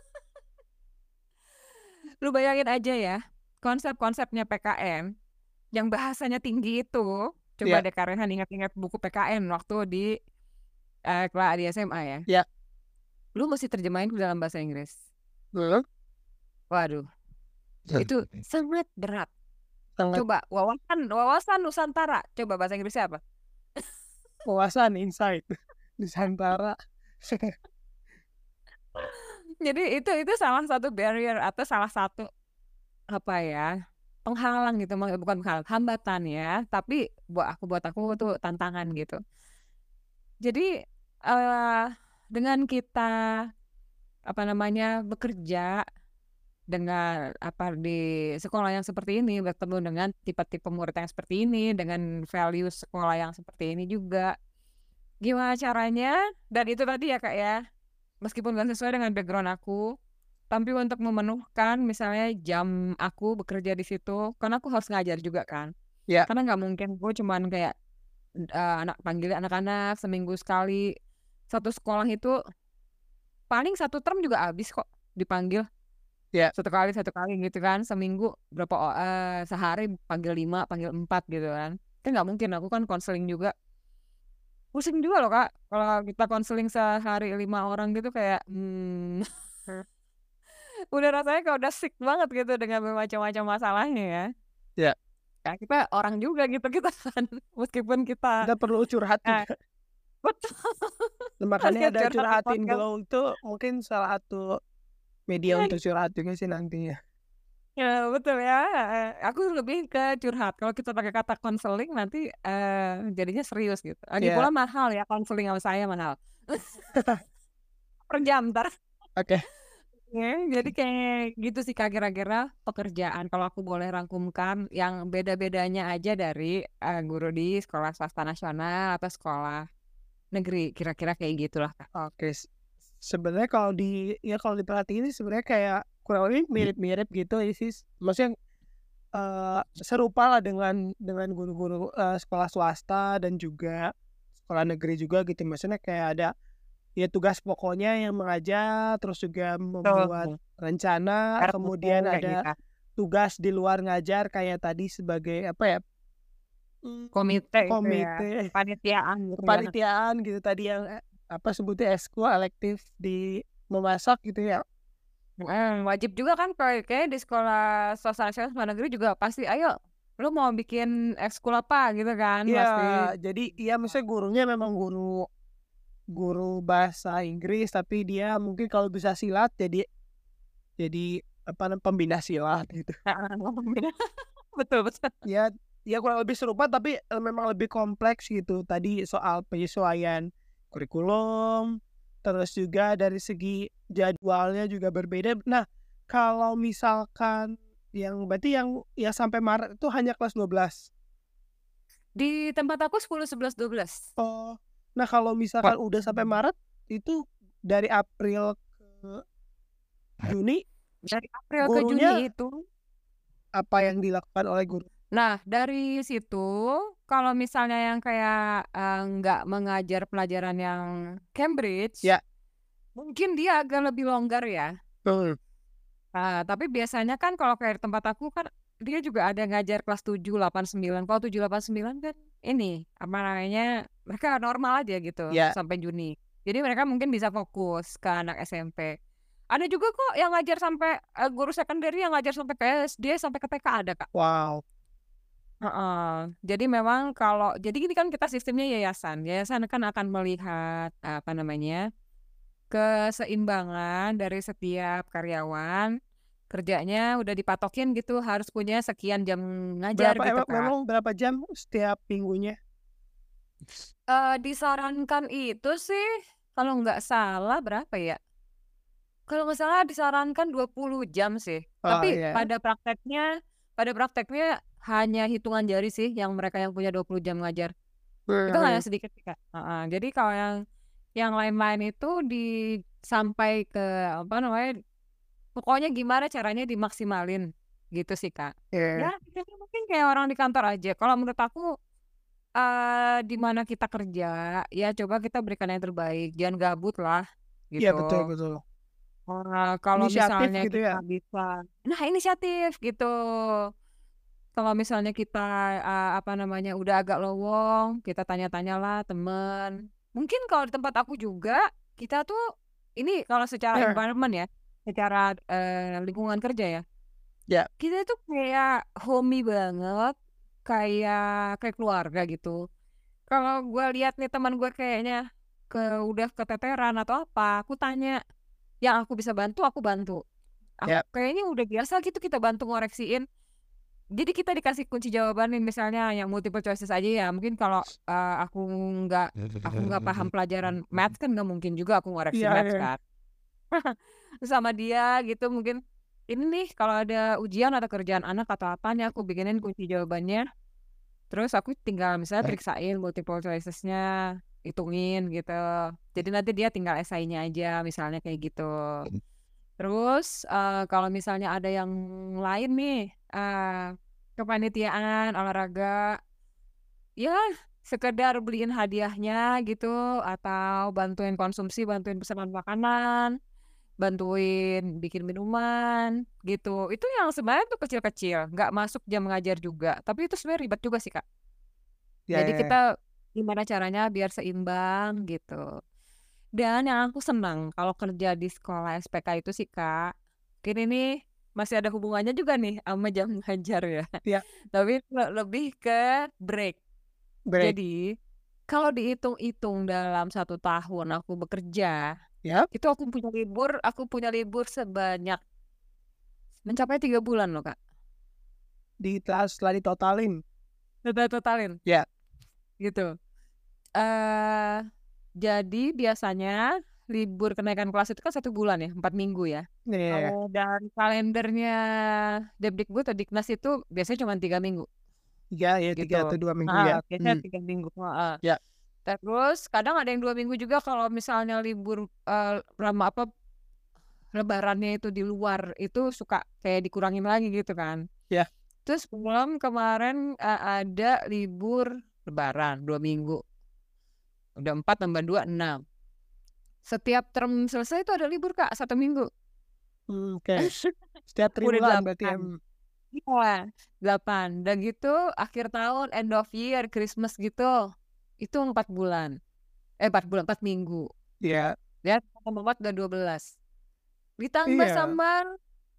Lu bayangin aja ya, konsep-konsepnya P K N yang bahasanya tinggi itu, coba Iya. deh Kak Rehan ingat-ingat buku P K N waktu di, eee, kela di S M A ya. Iya. Lu mesti terjemahin ke dalam bahasa Inggris. Heeh. Waduh, itu sangat berat. Sangat. Coba wawasan wawasan Nusantara, coba bahasa Inggrisnya apa? Wawasan, insight, Nusantara. Jadi itu itu salah satu barrier atau salah satu, apa ya, penghalang gitu, ma bukan penghalang, hambatan ya, tapi buat aku buat aku itu tantangan gitu. Jadi, eee, dengan kita, apa namanya, bekerja dengan, apa, di sekolah yang seperti ini, bertemu dengan tipe-tipe murid yang seperti ini, dengan value sekolah yang seperti ini juga, gimana caranya dan itu tadi ya, Kak, ya, meskipun nggak sesuai dengan background aku, tapi untuk memenuhkan misalnya jam aku bekerja di situ, kan aku harus ngajar juga kan. Iya. Karena nggak mungkin gue cuman kayak, eee, anak panggil anak-anak seminggu sekali, satu sekolah itu paling satu term juga habis kok dipanggil. Iya. Satu kali satu kali gitu kan, seminggu berapa o eee, sehari panggil lima, panggil empat gitu kan. Kan nggak mungkin, aku kan konseling juga. Pusing juga loh, Kak, kalau kita konseling sehari lima orang gitu kayak, mmm, udah rasanya kayak udah sick banget gitu dengan bermacam-macam masalahnya ya. Iya. Ya kita orang juga gitu, kita kan meskipun kita Kita perlu curhat eh, juga. betul, Nah, alias makanya ada curhat di Curhatin podcast. Glow itu mungkin salah satu media untuk curhat juga sih nantinya. Ya betul ya, heeh, aku lebih ke curhat, kalau kita pakai kata konseling nanti, eee, jadinya serius gitu. Lagi Iya. pula mahal ya konseling sama saya mahal. Per jam entar. Oke. Oke, jadi kayak gitu sih Kak kira-kira pekerjaan kalau aku boleh rangkumkan yang beda-bedanya aja dari, eee, guru di sekolah swasta nasional atau sekolah negeri, kira-kira kayak gitulah, Kak. Oke, s sebenarnya kalau di ya kalau diperhatiin sih sebenarnya kayak kurang lebih mirip-mirip gitu ya sih, maksudnya, eee, serupalah dengan dengan guru-guru, eee, sekolah swasta dan juga sekolah negeri juga gitu. Maksudnya kayak ada, ya tugas pokoknya yang mengajar, terus juga membuat Betul. rencana, R T P kemudian kayak ada gitu. tugas di luar ngajar kayak tadi sebagai apa ya, mmm, Komite itu ya, komite, kepanitiaan gitu ya. kepanitiaan gitu tadi yang, eee, apa sebutnya, eskul, elektif di memasak gitu ya. Heeh, wajib juga kan kayak kayaknya di sekolah swasta nasional sama negeri juga pasti, "Ayo lu mau bikin ekskul apa gitu kan Iya, pasti. jadi iya maksudnya gurunya memang guru guru bahasa Inggris, tapi dia mungkin kalau bisa silat jadi jadi apa namanya pembina silat gitu. Betul betul. Ya, ya kurang lebih serupa tapi eh, memang lebih kompleks gitu. Tadi soal penyesuaian kurikulum, terus juga dari segi jadwalnya juga berbeda. Nah, kalau misalkan yang berarti yang yang sampai Maret itu hanya kelas dua belas. Di tempat aku sepuluh, sebelas, dua belas. Oh, nah kalau misalkan udah sampai Maret itu dari April ke Juni Dari April ke gurunya Juni itu. apa yang dilakukan oleh guru? Nah, dari situ kalau misalnya yang kayak, eee, nggak mengajar pelajaran yang Cambridge, Ya, mungkin dia agak lebih longgar ya. betul. Nah, tapi biasanya kan kalau kayak di tempat aku kan dia juga ada ngajar kelas tujuh, delapan, sembilan. Kalau tujuh, delapan, sembilan kan ini, apa namanya, mereka normal aja gitu Ya, sampai Juni. Jadi mereka mungkin bisa fokus ke anak S M P. Ada juga kok yang ngajar sampai, eee, guru secondary yang ngajar sampai ke S D, sampai ke T K ada, Kak. wow. Heeh. Jadi memang kalau jadi gini kan kita sistemnya yayasan. Yayasan kan akan melihat, apa namanya, keseimbangan dari setiap karyawan, kerjanya udah dipatokin gitu harus punya sekian jam ngajar Berapa gitu, emang Kak. memang berapa jam setiap minggunya? Eee, disarankan itu sih kalau nggak salah berapa ya, kalau nggak salah disarankan dua puluh jam sih. Oh, Tapi iya. pada prakteknya pada prakteknya hanya hitungan jari sih yang mereka yang punya dua puluh jam ngajar. Itu hanya Mhm. sedikit sih, Kak, heeh. Jadi kalau yang yang lain-lain itu di sampai ke apa namanya, pokoknya gimana caranya dimaksimalin, gitu sih, Kak. Iya. Ya pikirnya mungkin kayak orang di kantor aja. Kalau menurut aku, eee, di mana kita kerja, ya coba kita berikan yang terbaik, jangan gabut lah, Iya, gitu. betul betul. Eee, kalau Inisiatif misalnya gitu kita ya? bisa nah inisiatif, gitu. Kalau misalnya kita, eee, apa namanya, udah agak lowong, kita tanya-tanyalah temen. Mungkin kalau di tempat aku juga, kita tuh ini kalau secara Heeh. environment ya, secara, eee, lingkungan kerja ya, Ya. kita itu kayak homey banget, kayak kayak keluarga gitu. Kalau gue lihat nih teman gue kayaknya ke udah keteteran atau apa, aku tanya, yang aku bisa bantu, aku bantu. Ak Ya. kayaknya udah biasa gitu kita bantu ngoreksiin. Jadi kita dikasih kunci jawaban nih misalnya yang multiple choices aja ya mungkin kalau, eee, aku nggak aku nggak paham pelajaran maths kan nggak mungkin juga aku ngoreksi Iya maths iya. kan. Sama dia gitu mungkin, ini nih kalau ada ujian atau kerjaan anak atau apa nih aku bikinin kunci jawabannya, terus aku tinggal misalnya periksain multiple choices-nya, hitungin gitu. Jadi nanti dia tinggal esainya aja misalnya kayak gitu. Terus, eee, kalau misalnya ada yang lain nih, eee, kepanitiaan, olahraga, ya sekedar beliin hadiahnya gitu, atau bantuin konsumsi, bantuin pesanan makanan, bantuin bikin minuman, gitu. Itu yang sebenarnya tuh kecil-kecil, nggak masuk jam ngajar juga, tapi itu sebenarnya ribet juga sih, Kak. Ya Jadi ya ya. kita gimana caranya biar seimbang gitu. Dan yang aku senang kalau kerja di sekolah S P K itu sih, Kak, mungkin ini masih ada hubungannya juga nih sama jam ngajar ya, Iya, tapi le lebih ke break. break. Jadi, kalau dihitung-hitung dalam satu tahun aku bekerja, Ya, itu aku punya libur aku punya libur sebanyak mencapai tiga bulan loh, Kak. di setelah ditotalin. Total totalin, Ya. gitu. Eee, jadi biasanya libur kenaikan kelas itu kan satu bulan ya, empat minggu ya. Iya iya iya. Kalau dari kalendernya Depdikbud atau Diknas itu biasanya cuma tiga minggu, Tiga ya, tiga atau gitu. dua minggu Heeh, ya? biasanya Mmm, tiga minggu, heeh. ya. Terus kadang ada yang dua minggu juga kalau misalnya libur, eee, lama apa, lebarannya itu di luar, itu suka kayak dikurangin lagi gitu kan. Ya. Terus belum kemarin, eee, ada libur lebaran dua minggu, udah empat tambah dua, enam. Setiap term selesai itu ada libur, Kak, satu minggu. Mmm, oke. Setiap Udah triwulan berarti ya? delapan. Mmm. Iya, delapan. Udah gitu akhir tahun, end of year, Christmas gitu, itu empat bulan. Eh, empat bulan, empat minggu. Iya. Ya tambah empat udah dua belas. Ditambah Iya. sama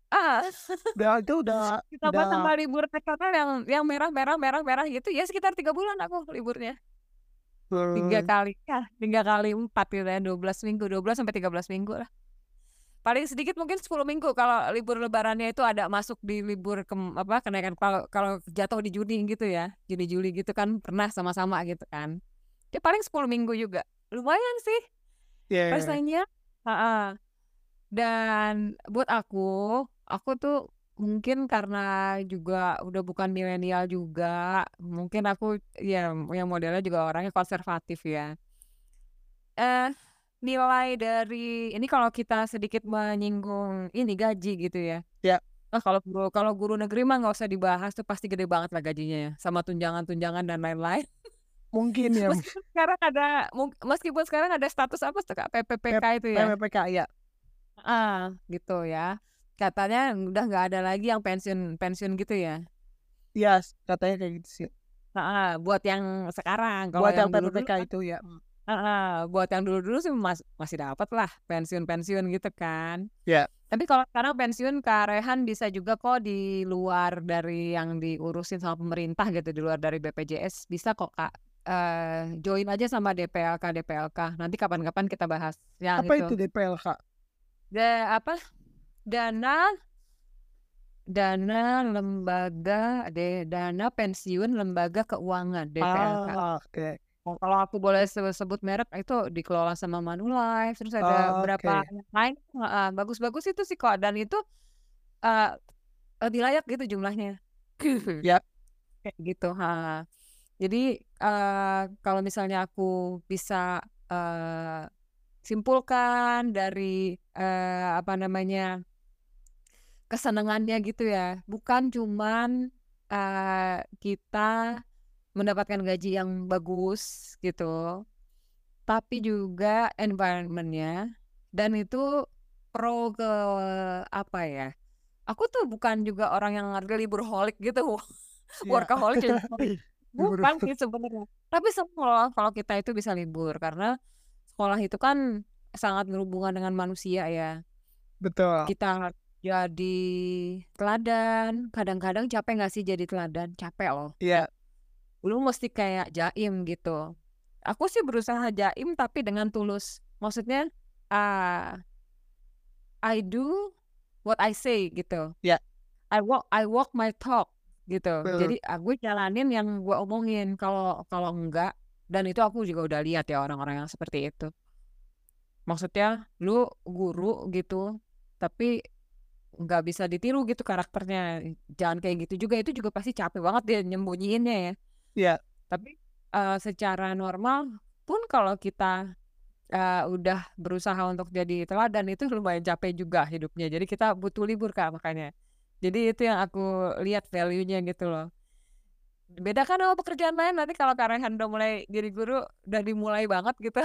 Ah, Udah itu udah ditambah udah tanggal libur nasional yang yang merah merah merah merah gitu ya sekitar tiga bulan aku liburnya. tiga eee, kali ya, tiga kali empat gitu ya, dua belas minggu, dua belas sampai tiga belas minggu lah. Paling sedikit mungkin sepuluh minggu kalau libur lebarannya itu ada masuk di libur kem apa, kenaikan kalau kalau jatuh di Juni gitu ya, Juni, Juli gitu kan pernah sama-sama gitu kan. Ya paling sepuluh minggu juga, lumayan sih iya, rasanya heeh. Dan buat aku, aku tuh mungkin karena juga udah bukan milenial juga, mungkin aku ya yang modelnya juga orangnya konservatif ya. Eh, nilai dari ini kalau kita sedikit menyinggung ini gaji gitu ya. iya, Ah, kalau guru kalau guru negeri mah nggak usah dibahas tuh pasti gede banget lah gajinya ya, sama tunjangan-tunjangan dan lain-lain. mungkin ya, Meskipun sekarang ada mung meskipun sekarang ada status apa tuh Kak, P P P K P itu ya? PPPK ya. Heeh, gitu ya. Katanya udah nggak ada lagi yang pensiun pensiun gitu ya? Iya, katanya kayak gitu sih. Heeh, buat yang sekarang, kalau Buat yang yang dulu-dulu P P P K kan itu ya, mmm, heeh, buat yang dulu-dulu sih mas masih dapat lah pensiun-pensiun gitu kan. iya, Tapi kalau sekarang pensiun Kak Rehan bisa juga kok di luar dari yang diurusin sama pemerintah gitu, di luar dari B P J S bisa kok Kak, eee, join aja sama D P L K-D P L K, nanti kapan-kapan kita bahas yang apa itu itu. D P L K? Da apa, dana dana lembaga de dana pensiun lembaga keuangan, D P L K. Ah, oke, Oh, kalau aku boleh se sebut merek itu dikelola sama Manulife, terus ada beberapa oke, yang lain heeh, bagus-bagus itu sih kok dan itu, eee, lebih layak gitu jumlahnya. ya, Kayak gitu, heeh. Jadi, eee, kalau misalnya aku bisa, eee, simpulkan dari, eee, apa namanya, kesenengannya gitu ya, bukan cuman, eee, kita mendapatkan gaji yang bagus gitu, tapi juga environment-nya dan itu pro ke apa ya, aku tuh bukan juga orang yang libur-holic gitu, iya. workaholic ya Libur bukan sih sebenarnya. Tapi seneng loh kalau kita itu bisa libur, karena sekolah itu kan sangat berhubungan dengan manusia ya. betul, Kita jadi teladan, kadang-kadang capek nggak sih jadi teladan? Capek loh. iya, Lu mesti kayak jaim gitu. Aku sih berusaha jaim tapi dengan tulus. Maksudnya, ah, I do what I say gitu. iya, I walk I walk my talk gitu. betul, Jadi, ah, gue jalanin yang gue omongin. Kalau kalau enggak dan itu aku juga udah lihat ya orang-orang yang seperti itu. Maksudnya lu guru gitu, tapi nggak bisa ditiru gitu karakternya. Jangan kayak gitu juga, itu juga pasti capek banget dia nyembunyiinnya ya. iya, Tapi, eee, secara normal pun kalau kita, eee, udah berusaha untuk jadi teladan itu lumayan capek juga hidupnya. Jadi kita butuh libur Kak makanya. Jadi itu yang aku lihat value-nya gitu loh. Beda kan sama pekerjaan lain nanti kalau Kak Rehan udah mulai jadi guru, udah dimulai banget gitu,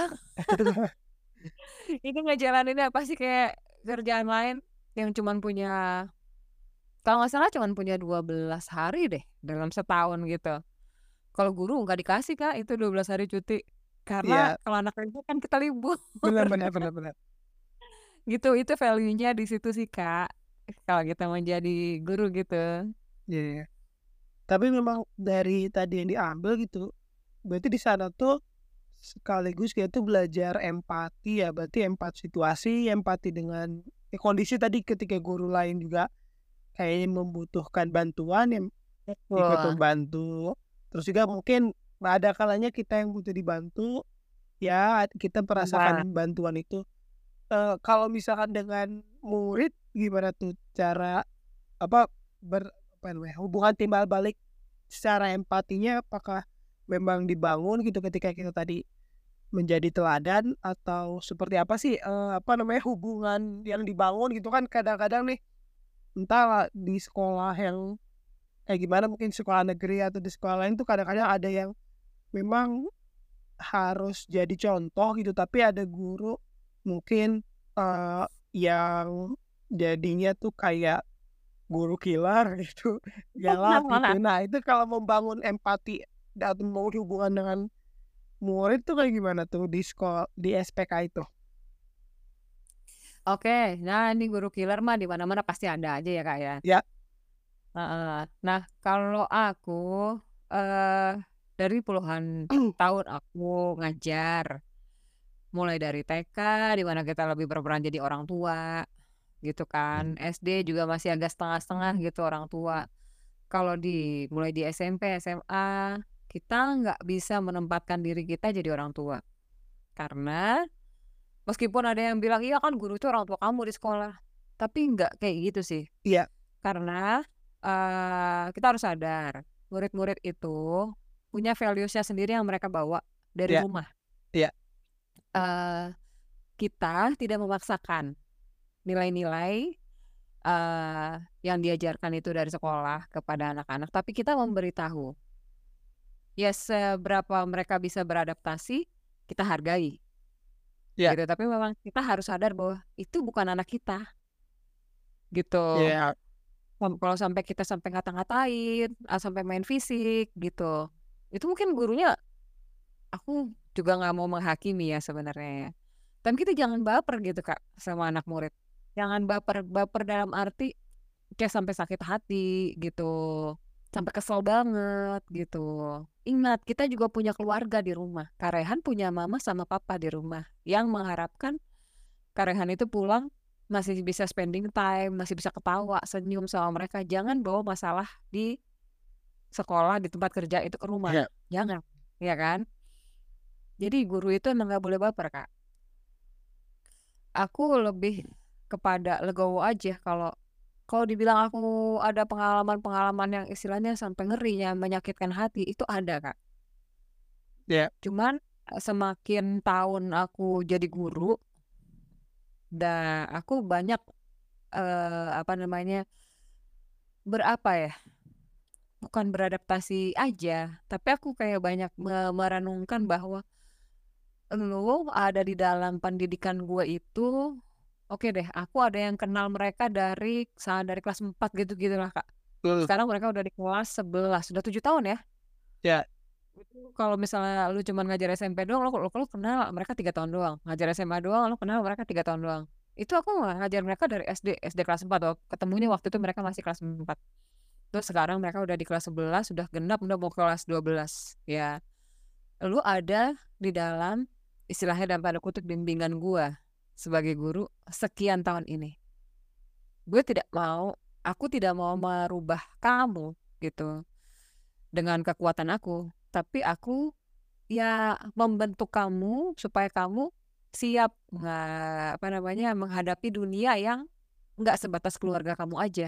itu ngejalaninnya pasti kayak kerjaan lain yang cuman punya kalau nggak salah cuman punya dua belas hari deh dalam setahun gitu. Kalau guru nggak dikasih Kak itu dua belas hari cuti, karena iya, kalau anak libur kan kita libur, benar benar benar benar, gitu. Itu value-nya di situ sih Kak, kalau kita mau jadi guru gitu. iya iya. Tapi memang dari tadi yang diambil gitu, berarti di sana tuh sekaligus kita tuh belajar empati ya, berarti empati situasi, empati dengan ya kondisi tadi ketika guru lain juga kayaknya membutuhkan bantuan yang ikut Betul, membantu, terus juga mungkin ada kalanya kita yang butuh dibantu, ya kita benar. merasakan bantuan itu. Eee, kalau misalkan dengan murid gimana tuh cara, apa, ber apa namanya, hubungan timbal balik secara empatinya apakah memang dibangun gitu ketika kita tadi menjadi teladan atau seperti apa sih, eee, apa namanya, hubungan yang dibangun gitu kan kadang-kadang nih, entahlah di sekolah yang kayak gimana mungkin sekolah negeri atau di sekolah lain tuh kadang-kadang ada yang memang harus jadi contoh gitu, tapi ada guru mungkin, eee, yang jadinya tuh kayak guru killer gitu, galak gitu. Nah, itu kalau membangun empati dan membangun hubungan dengan murid tuh kayak gimana tuh di sekol di S P K itu? Oke, nah ini guru killer mah di mana-mana pasti ada aja ya, Kak, ya. Ya. Heeh. Nah, kalau aku, eee, dari puluhan tahun aku ngajar, mulai dari T K di mana kita lebih berperan jadi orang tua, gitu kan. S D juga masih agak setengah-setengah gitu orang tua. Kalau di mulai di S M P, S M A, kita nggak bisa menempatkan diri kita jadi orang tua. Karena meskipun ada yang bilang, "Iya kan guru itu orang tua kamu di sekolah." Tapi nggak kayak gitu sih. Iya. Karena, eee, kita harus sadar, murid-murid itu punya values-nya sendiri yang mereka bawa dari Iya. rumah. Iya. Eee, kita tidak memaksakan nilai-nilai, eee, yang diajarkan itu dari sekolah kepada anak-anak, tapi kita memberitahu. Ya seberapa mereka bisa beradaptasi, kita hargai, Iya. gitu. Tapi memang kita harus sadar bahwa itu bukan anak kita, gitu. Iya. Sam kalau sampai kita sampai ngata-ngatain, eee, sampai main fisik gitu, itu mungkin gurunya aku juga nggak mau menghakimi ya sebenarnya ya. Tapi kita jangan baper gitu Kak, sama anak murid. Jangan baper, baper dalam arti kayak sampai sakit hati gitu, sampai kesel banget gitu. Ingat kita juga punya keluarga di rumah, Kak Rehan punya mama sama papa di rumah, yang mengharapkan Kak Rehan itu pulang masih bisa spending time, masih bisa ketawa, senyum sama mereka. Jangan bawa masalah di sekolah, di tempat kerja itu ke rumah, Iya. jangan, ya kan? Jadi guru itu emang nggak boleh baper, Kak. Aku lebih kepada legowo aja kalau kalau dibilang aku ada pengalaman-pengalaman yang istilahnya sampai ngeri, yang menyakitkan hati, itu ada, Kak. Iya. Cuman, eee, semakin tahun aku jadi guru, da aku banyak, eee, apa namanya, berapa ya, bukan beradaptasi aja, tapi aku kayak banyak me merenungkan bahwa, lu ada di dalam pendidikan gue itu, oke deh, aku ada yang kenal mereka dari misalnya dari kelas empat gitu-gitulah, Kak. Betul. Sekarang mereka udah di kelas sebelas, sudah tujuh tahun ya. Iya. Itu kalau misalnya lu cuman ngajar S M P doang, lu lu lu kenal mereka tiga tahun doang, ngajar S M A doang, lu kenal mereka tiga tahun doang. Itu aku nga ngajar mereka dari S D, S D kelas empat loh, ketemunya waktu itu mereka masih kelas empat. Terus sekarang mereka udah di kelas sebelas, sudah genap, udah mau kelas dua belas, ya. Lu ada di dalam, istilahnya dalam tanda kutip bimbingan gua, sebagai guru sekian tahun ini. Gue tidak mau aku tidak mau merubah kamu, gitu, dengan kekuatan aku, tapi aku, ya membentuk kamu supaya kamu siap nggak apa namanya, menghadapi dunia yang nggak sebatas keluarga kamu aja,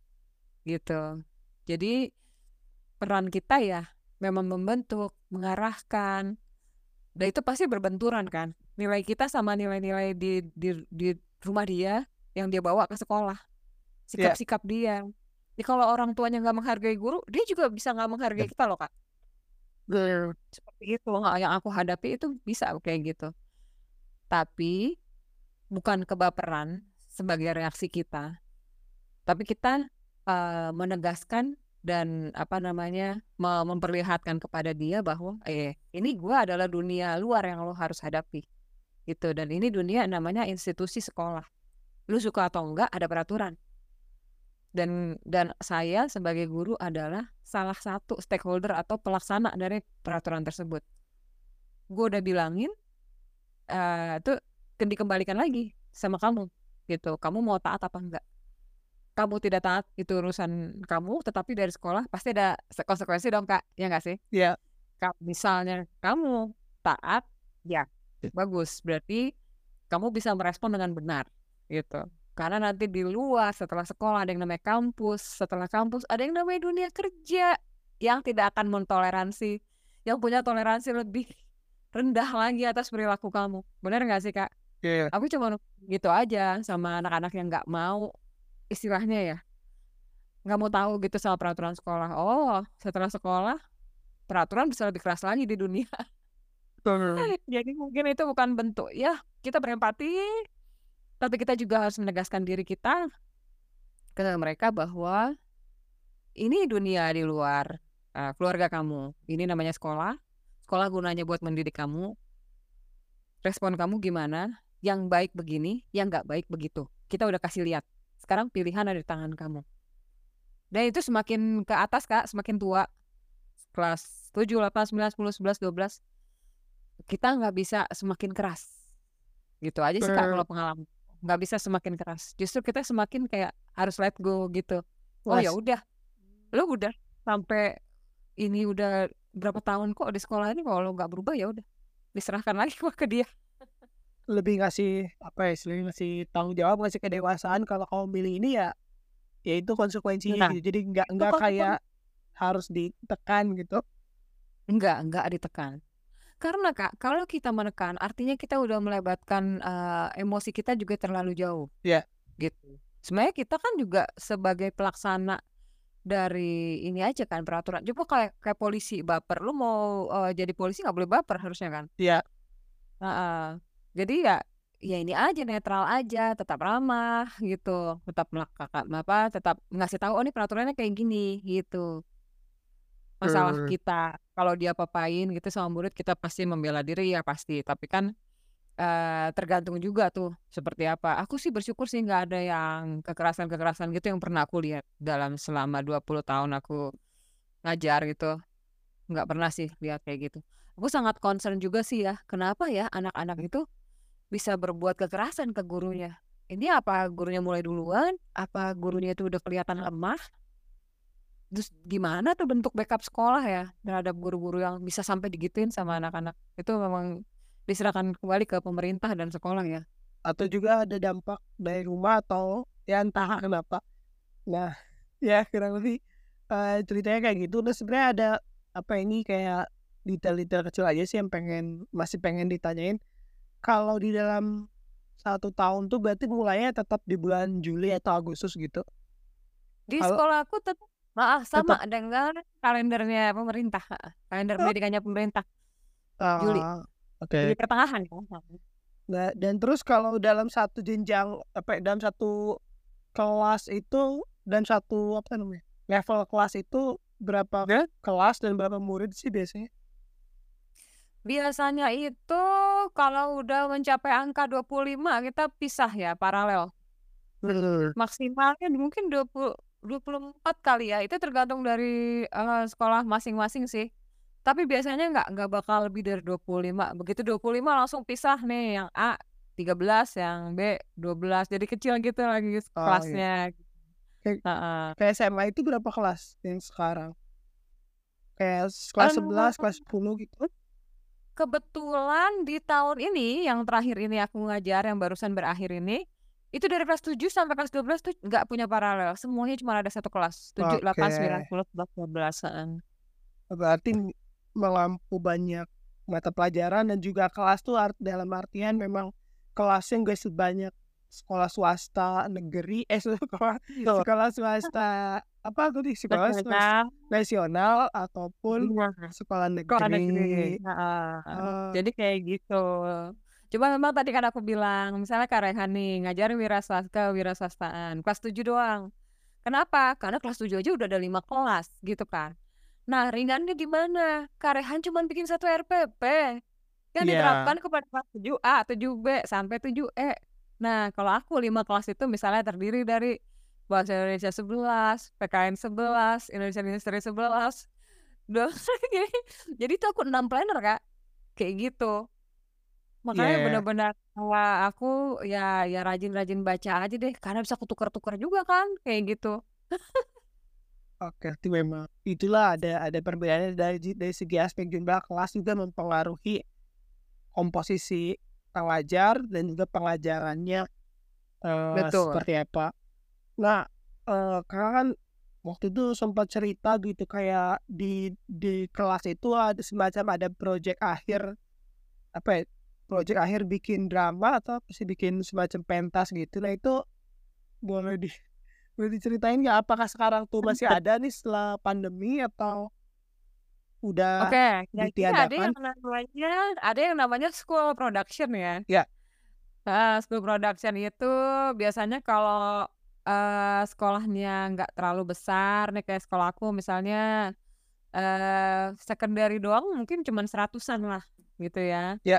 gitu. Jadi peran kita ya memang membentuk, mengarahkan, dan itu pasti berbenturan kan, nilai kita sama nilai-nilai di di di rumah dia yang dia bawa ke sekolah, Iya. sikap-sikap dia. Ya kalau orang tuanya nggak menghargai guru, dia juga bisa nggak menghargai kita loh, Kak. Betul. Seperti itu, heeh, yang aku hadapi itu bisa kayak gitu. Tapi bukan kebaperan sebagai reaksi kita, tapi kita, eee, menegaskan dan apa namanya, me memperlihatkan kepada dia bahwa, "Eh, ini gua adalah dunia luar yang lo harus hadapi," gitu, dan ini dunia namanya institusi sekolah. Lu suka atau enggak ada peraturan. Dan dan saya sebagai guru adalah salah satu stakeholder atau pelaksana dari peraturan tersebut. Gue udah bilangin, eee, itu ke dikembalikan lagi sama kamu, gitu. Kamu mau taat apa enggak? Kamu tidak taat, itu urusan kamu, tetapi dari sekolah pasti ada se konsekuensi dong, Kak, ya nggak sih? Iya. Kak, misalnya kamu taat, ya bagus, berarti kamu bisa merespon dengan benar, gitu. Karena nanti di luar setelah sekolah ada yang namanya kampus, setelah kampus ada yang namanya dunia kerja, yang tidak akan mentoleransi, yang punya toleransi lebih rendah lagi atas perilaku kamu. Bener nggak sih, Kak? Iya. Aku cuma gitu aja sama anak-anak yang nggak mau, istilahnya ya, nggak mau tahu gitu sama peraturan sekolah. Oh, setelah sekolah, peraturan bisa lebih keras lagi di dunia. Betul. Jadi mungkin itu bukan bentuk ya, kita berempati, tapi kita juga harus menegaskan diri kita ke mereka bahwa ini dunia di luar, eee, keluarga kamu. Ini namanya sekolah, sekolah gunanya buat mendidik kamu. Respon kamu gimana? yang baik begini, yang nggak baik begitu. Kita udah kasih lihat. Sekarang pilihan ada di tangan kamu. Dan itu semakin ke atas Kak, semakin tua, kelas tujuh, delapan, sembilan, sepuluh, sebelas, dua belas, kita nggak bisa semakin keras. Gitu aja sih Kak kalau Ber pengalaman. Nggak bisa semakin keras. Justru kita semakin kayak harus let go gitu. Oh ya was udah, lu udah sampai ini udah berapa tahun kok di sekolah ini, kalau nggak berubah ya udah diserahkan lagi kok ke dia. lebih ngasih, apa ya, istilahnya ngasih tanggung jawab, ngasih kedewasaan kalau kamu milih ini ya, ya itu konsekuensinya Nah, gitu. Jadi nggak itu nggak konsekuensi. kayak harus ditekan gitu. Enggak, enggak ditekan. Karena Kak, kalau kita menekan artinya kita udah melebatkan, eee, emosi kita juga terlalu jauh, Ya, gitu. Sebenarnya kita kan juga sebagai pelaksana dari ini aja kan peraturan. Coba kayak kayak polisi baper, lu mau, eee, jadi polisi nggak boleh baper harusnya kan? ya, Heeh. Jadi ya ya ini aja, netral aja, tetap ramah gitu, tetap melakaka apa, tetap ngasih tahu, "Oh, ini peraturannya kayak gini," gitu. Masalah eee, kita kalau dia apa-apain gitu sama murid, kita pasti membela diri ya pasti, tapi kan, eee, tergantung juga tuh seperti apa. Aku sih bersyukur sih nggak ada yang kekerasan-kekerasan gitu yang pernah aku lihat dalam selama dua puluh tahun aku ngajar gitu, nggak pernah sih lihat kayak gitu. Aku sangat concern juga sih ya, kenapa ya anak-anak itu bisa berbuat kekerasan ke gurunya. Ini apa gurunya mulai duluan? Apa gurunya itu udah kelihatan lemah? Terus gimana tuh bentuk backup sekolah ya terhadap guru-guru yang bisa sampai digituin sama anak-anak? Itu memang diserahkan kembali ke pemerintah dan sekolah ya. atau juga ada dampak dari rumah atau ya entah kenapa. Nah, ya kurang lebih, eee, ceritanya kayak gitu. Terus sebenarnya ada, apa ini, kayak detail-detail kecil aja sih yang pengen masih pengen ditanyain. Kalau di dalam satu tahun tuh berarti mulainya tetap di bulan Juli atau Agustus gitu? Di Kalau sekolahku tetap heeh, sama tetap dengan kalendernya pemerintah, heeh, kalender oh, pendidikannya pemerintah, Juli, ah, Juli oke. pertengahan ya, heeh. Nah, dan terus kalau dalam satu jenjang, apa ya, dalam satu kelas itu dan satu, apa namanya, level kelas itu berapa kelas dan berapa murid sih biasanya? Biasanya itu kalau udah mencapai angka dua puluh lima kita pisah ya, paralel. Betul. Maksimalnya mungkin dua puluh dua puluh empat kali ya, itu tergantung dari, eee, sekolah masing-masing sih. Tapi biasanya nggak nggak bakal lebih dari dua puluh lima, begitu dua puluh lima langsung pisah nih, yang A tiga belas, yang B dua belas, jadi kecil gitu lagi Oh, iya. kelasnya, Kayak heeh. kayak S M A itu berapa kelas yang sekarang? Kayak s kelas sebelas, Eee, kelas sepuluh gitu? Kebetulan di tahun ini, yang terakhir ini aku ngajar, yang barusan berakhir ini, itu dari kelas tujuh sampai kelas dua belas tuh nggak punya paralel, semuanya cuma ada satu kelas, tujuh, Oke. delapan, sembilan, sepuluh, sebelas, dua belas, heeh. Berarti melampu banyak mata pelajaran dan juga kelas tuh art dalam artian memang kelasnya nggak sebanyak sekolah swasta negeri, eh sekolah Betul, sekolah swasta apa tadi, sekolah swasta nasional, nasional ataupun iya, sekolah sekolah negeri, negeri. heeh. Oh, Jadi kayak gitu. Cuma memang tadi kan aku bilang, misalnya Kak Rehan nih, ngajarin wira swasta kewiraswastaan, kelas tujuh doang. Kenapa? Karena kelas tujuh aja udah ada lima kelas, gitu kan. Nah, ringannya di mana? Kak Rehan cuman bikin satu R P P, yang iya, diterapkan kepada kelas tujuh A, tujuh B, sampai tujuh E. Nah, kalau aku lima kelas itu misalnya terdiri dari Bahasa Indonesia sebelas, P K N sebelas, Indonesian History sebelas, Duh, jadi jadi tuh aku enam planner, Kak, kayak gitu. Makanya iya. bener-bener, wah aku ya ya rajin-rajin baca aja deh, karena bisa kutukar-tukar juga kan, kayak gitu. Oke, itu memang itulah ada ada perbedaannya dari ji dari segi aspek jumlah kelas juga mempengaruhi komposisi pengajar dan juga pengajarannya, eee, Betul. seperti apa. Nah, eee, Kakak kan waktu itu sempat cerita gitu kayak di di kelas itu ada semacam ada project akhir, apa ya, project akhir bikin drama atau apa sih, bikin semacam pentas gitu. Nah itu boleh di boleh diceritain nggak apakah sekarang tuh masih ada nih setelah pandemi atau udah Oke, jadi ada ditiadakan? yang namanya ada yang namanya school production ya. Ya, Heeh, school production itu biasanya kalau, eee, sekolahnya nggak terlalu besar nih, kayak sekolah aku misalnya, eee, secondary doang mungkin cuman seratusan lah, gitu ya. ya,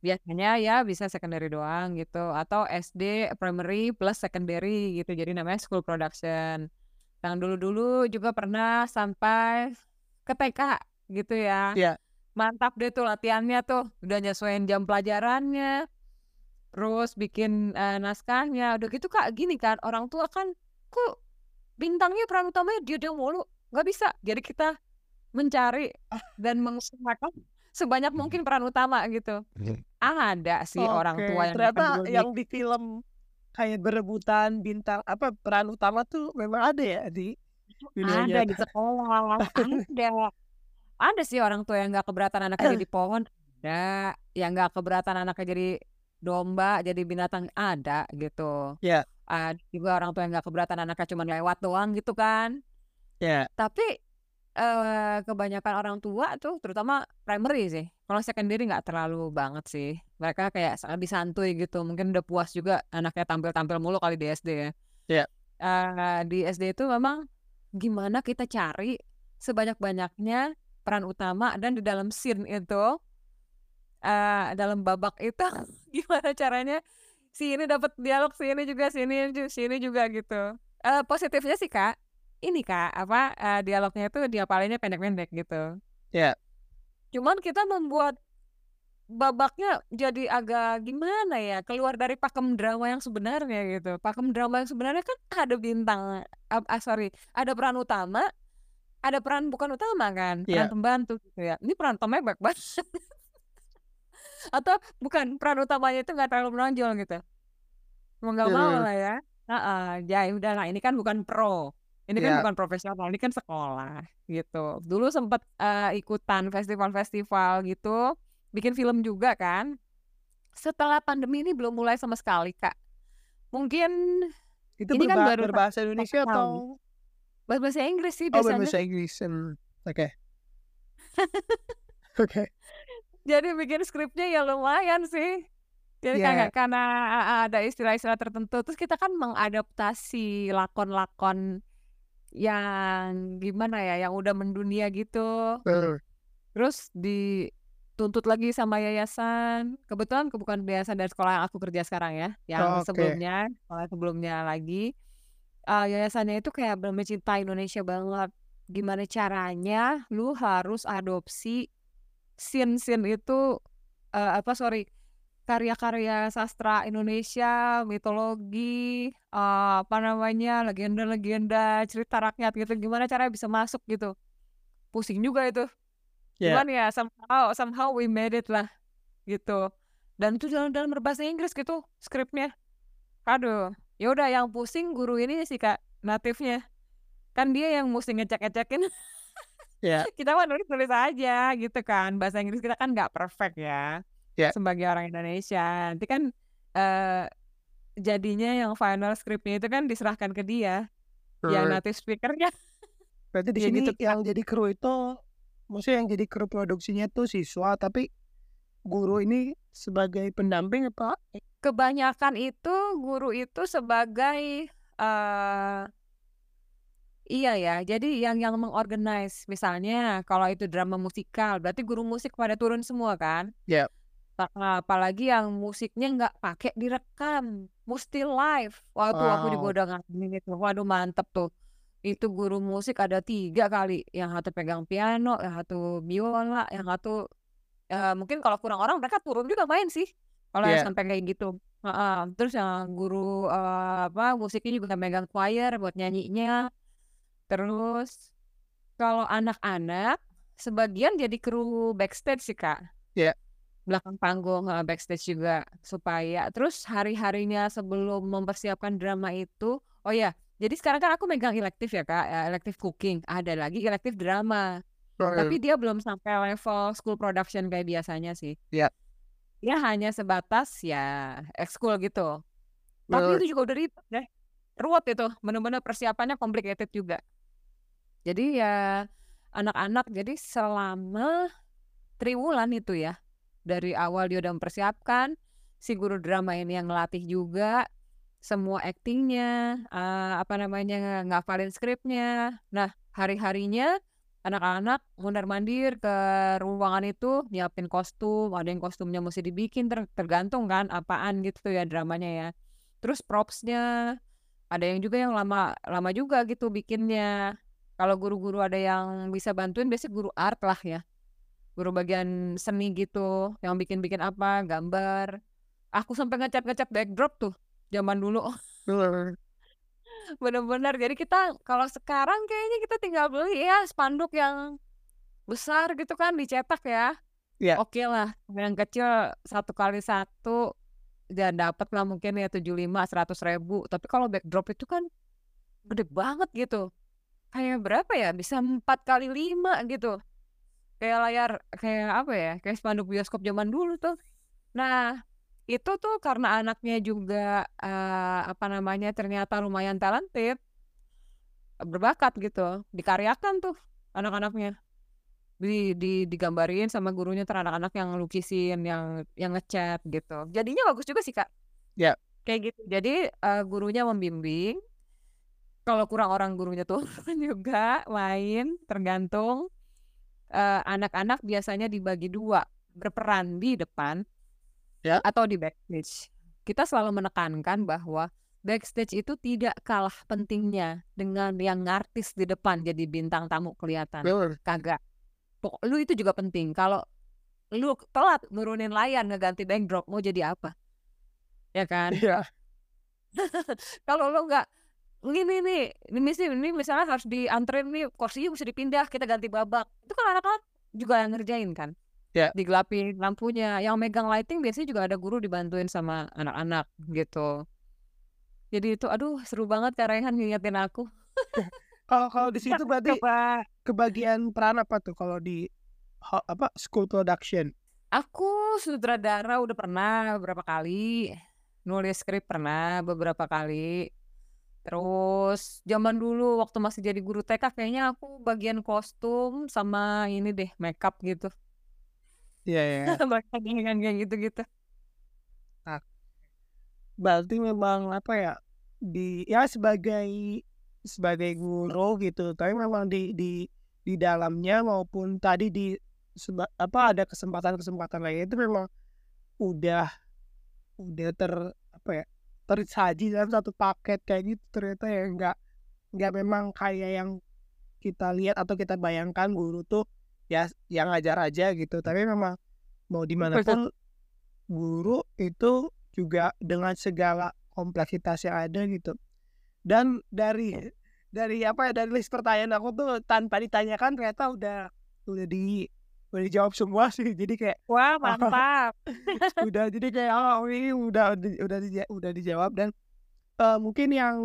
Biasanya ya bisa secondary doang gitu atau S D primary plus secondary gitu jadi namanya school production. Yang dulu-dulu juga pernah sampai ke T K gitu ya. Iya. Mantap deh tuh latihannya tuh, udah nyesuaiin jam pelajarannya, terus bikin, eee, naskahnya, udah gitu Kak gini kan orang tua kan, "Kok bintangnya peran utamanya dia-dia mulu?" Nggak bisa. Jadi kita mencari dan mengusahakan sebanyak mungkin peran utama gitu. Ada sih orang tua Oke, yang bahkan ternyata dulu nik yang di film kayak berebutan bintang apa, peran utama tuh memang ada ya di dunia Ada di nyata. sekolah, ada. Ada sih orang tua yang nggak keberatan anaknya jadi pohon, ada. Yang nggak keberatan anaknya jadi domba, jadi binatang, ada gitu. Iya. Ada juga orang tua yang nggak keberatan anaknya cuman lewat doang gitu kan. Iya. Tapi, eee, kebanyakan orang tua tuh terutama primary sih, kalau secondary nggak terlalu banget sih. Mereka kayak sa lebih santuy gitu, mungkin udah puas juga anaknya tampil-tampil mulu kali di S D ya. Iya. Eee, di S D itu memang gimana kita cari sebanyak-banyaknya peran utama dan di dalam scene itu, eee, dalam babak itu gimana caranya si ini dapat dialog, si ini juga, si ini ju si ini juga gitu. Eee, positifnya sih Kak, ini Kak, apa, eee, dialognya itu dihafalinnya pendek-pendek gitu. Iya. Cuman kita membuat babaknya jadi agak gimana ya, keluar dari pakem drama yang sebenarnya gitu. Pakem drama yang sebenarnya kan ada bintang, ap ah, sorry, ada peran utama, ada peran bukan utama kan, peran Iya. pembantu gitu ya. Ini peran utamanya banyak banget. Atau bukan, peran utamanya itu nggak terlalu menonjol gitu. Mau nggak mau Mhm. lah ya, heeh, ya udahlah ini kan bukan pro, ini kan Iya. bukan profesional, ini kan sekolah gitu. Dulu sempet, eee, ikutan festival-festival gitu, bikin film juga kan. Setelah pandemi ini belum mulai sama sekali Kak. Mungkin Itu ini kan berba baru satu berbahasa setengah Indonesia tahun. atau Berbahasa Inggris sih Oh biasanya. berbahasa Inggris, mmm, oke. Oke. Jadi bikin skripnya ya lumayan sih. Jadi Iya. kayak karena heeh, ada istilah-istilah tertentu, terus kita kan mengadaptasi lakon-lakon yang gimana ya, yang udah mendunia gitu. Betul. Terus dituntut lagi sama yayasan, kebetulan ke bukan yayasan dari sekolah yang aku kerja sekarang ya, yang Oke. sebelumnya, sekolah sebelumnya lagi, eee, yayasannya itu kayak bener-bener cinta Indonesia banget. Gimana caranya lu harus adopsi scene-scene itu, eee, apa sorry, karya-karya sastra Indonesia, mitologi, eee, apa namanya, legenda-legenda, cerita rakyat gitu, gimana caranya bisa masuk gitu. Pusing juga itu. Iya. Cuman ya somehow somehow we made it lah, gitu. Dan itu dalam dalam berbahasa Inggris gitu skripnya. Aduh, ya udah yang pusing guru ini sih Kak, native-nya. Kan dia yang musti ngecek-ngecekin. Iya. Kita mah nulis-nulis aja gitu kan, bahasa Inggris kita kan nggak perfect ya, Iya. sebagai orang Indonesia. Nanti kan, eee, jadinya yang final script-nya itu kan diserahkan ke dia, yang Mmm. native speaker-nya. Berarti di Ya sini gitu Kak. yang jadi kru itu, maksudnya yang jadi kru produksinya tuh siswa, tapi guru ini sebagai pendamping apa? Kebanyakan itu, guru itu sebagai, eee iya ya, jadi yang yang meng-organize. Misalnya kalau itu drama musikal, berarti guru musik pada turun semua kan. Iya. Heeh, apalagi yang musiknya nggak pakai direkam, musti live. Waduh aku juga Wow. udah ngalamin itu, waduh mantep tuh. Itu guru musik ada tiga kali, yang satu pegang piano, yang satu biola, yang satu, eee, mungkin kalau kurang orang mereka turun juga main sih, kalau yang Iya. sampai kayak gitu. Heeh, terus yang guru, eee, apa, musiknya juga megang choir buat nyanyinya. Terus kalau anak-anak, sebagian jadi kru backstage sih Kak. Iya. Belakang panggung, heeh, backstage juga. Supaya terus hari-harinya sebelum mempersiapkan drama itu oh ya, jadi sekarang kan aku megang elective ya Kak, eee, elective cooking, ada lagi elective drama. Mhm. Tapi dia belum sampai level school production kayak biasanya sih. Iya. Dia hanya sebatas ya ekskul gitu. Tapi Betul. itu juga udah ribet deh, ruwet itu, bener-bener persiapannya complicated juga. Jadi ya, anak-anak jadi selama triwulan itu ya, dari awal dia udah mempersiapkan, si guru drama ini yang ngelatih juga, semua aktingnya, eee, apa namanya, ngafalin skripnya. Nah, hari-harinya anak-anak mondar-mandir ke ruangan itu nyiapin kostum, ada yang kostumnya mesti dibikin ter tergantung kan apaan gitu ya dramanya ya. Terus props-nya, ada yang juga yang lama lama juga gitu bikinnya. Kalau guru-guru ada yang bisa bantuin biasanya guru art lah ya, guru bagian seni gitu, yang bikin-bikin apa, gambar. Aku sampai ngecat-ngecat backdrop tuh, zaman dulu. Bener. Bener-bener, jadi kita kalau sekarang kayaknya kita tinggal beli ya spanduk yang besar gitu kan dicetak ya. Iya. Okelah, yang kecil satu kali satu ya dapatlah mungkin ya tujuh puluh lima, seratus ribu. Tapi kalau backdrop itu kan gede banget gitu. Kayak berapa ya, bisa empat kali lima gitu. Kayak layar kayak apa ya, kayak spanduk bioskop zaman dulu tuh. Nah, itu tuh karena anaknya juga, eee, apa namanya, ternyata lumayan talented, berbakat gitu, dikaryakan tuh anak-anaknya. Di di digambarin sama gurunya entar anak-anak yang lukisin, yang yang ngecat gitu. Jadinya bagus juga sih, Kak. Ya. Kayak gitu. Jadi, eee, gurunya membimbing. Kalau kurang orang gurunya turun juga main, tergantung. Eee, anak-anak biasanya dibagi dua, berperan di depan Ya. atau di backstage. Kita selalu menekankan bahwa backstage itu tidak kalah pentingnya dengan yang ngartis di depan jadi bintang tamu kelihatan, Bener. kagak. Pok lu itu juga penting, kalau lu telat nurunin layar ngeganti backdrop mau jadi apa? Ya kan? Iya. Kalau lu nggak, "Ini nih, ini misi ini misalnya harus dianterin nih, kursinya mesti dipindah, kita ganti babak." Itu kan anak-anak juga yang ngerjain kan, Ya. digelapin lampunya, yang megang lighting biasanya juga ada guru dibantuin sama anak-anak gitu. Jadi itu aduh seru banget Kak Rayhan ngingetin aku. Kalau kalau di situ berarti Coba. kebagian peran apa tuh kalau di ho apa, school production? Aku sutradara udah pernah beberapa kali, nulis skrip pernah beberapa kali. Terus zaman dulu waktu masih jadi guru T K kayaknya aku bagian kostum sama ini deh, makeup gitu. Iya ya. Bagian kayak gitu-gitu. Nah, berarti memang apa ya, di ya sebagai sebagai guru gitu, tapi memang di di di dalamnya maupun tadi di seba apa, ada kesempatan-kesempatan lainnya itu memang udah udah ter apa ya, tersaji dalam satu paket kayak gitu ternyata ya, nggak nggak memang kayak yang kita lihat atau kita bayangkan guru tuh ya yang ngajar aja gitu, tapi memang mau di mana pun guru itu juga dengan segala kompleksitas yang ada gitu. Dan dari dari apa ya, dari list pertanyaan aku tuh tanpa ditanyakan ternyata udah udah di udah dijawab semua sih. Jadi kayak Wah, mantap. udah jadi kayak, oh ini udah di udah dija udah dijawab dan, eee, mungkin yang,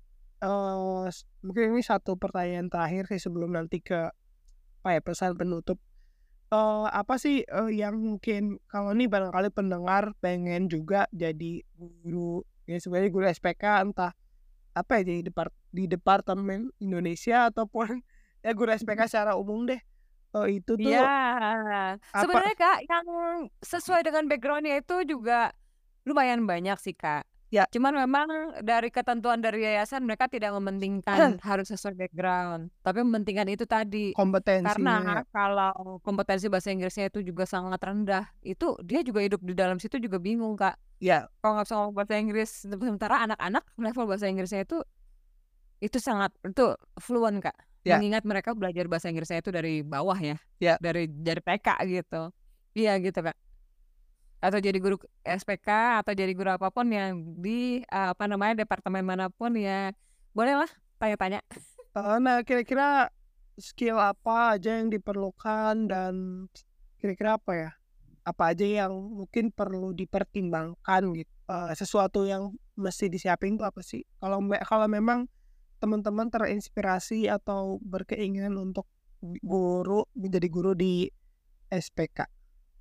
eee, s mungkin ini satu pertanyaan terakhir sih sebelum nanti ke apa ya, pesan penutup. Eee, apa sih, eee, yang mungkin kalau nih barangkali pendengar pengen juga jadi guru, ya sebenarnya guru S P K entah apa ya, jadi depart di Departemen Indonesia ataupun ya guru S P K secara umum deh, eee, itu Iya, tuh apa sebenarnya Kak yang sesuai dengan background-nya itu juga lumayan banyak sih Kak. Ya. Cuman memang dari ketentuan dari yayasan mereka tidak mementingkan harus sesuai background, tapi mementingkan itu tadi. Kompetensinya Karena ya. kalau kompetensi bahasa Inggrisnya itu juga sangat rendah, itu dia juga hidup di dalam situ juga bingung Kak. Ya. Kalau nggak bisa ngomong bahasa Inggris, sementara anak-anak level bahasa Inggrisnya itu itu sangat itu fluent Kak. Ya. Mengingat mereka belajar bahasa Inggrisnya itu dari bawah ya, Ya. dari dari T K gitu. Iya gitu Kak. Atau jadi guru S P K atau jadi guru apa pun yang di, eee, apa namanya, departemen manapun ya bolehlah tanya-tanya. Heeh, nah kira-kira skill apa aja yang diperlukan dan kira-kira apa ya, apa aja yang mungkin perlu dipertimbangkan gitu, eee, sesuatu yang mesti disiapin tuh apa sih? Kalau me kalau memang teman-teman terinspirasi atau berkeinginan untuk guru menjadi guru di S P K.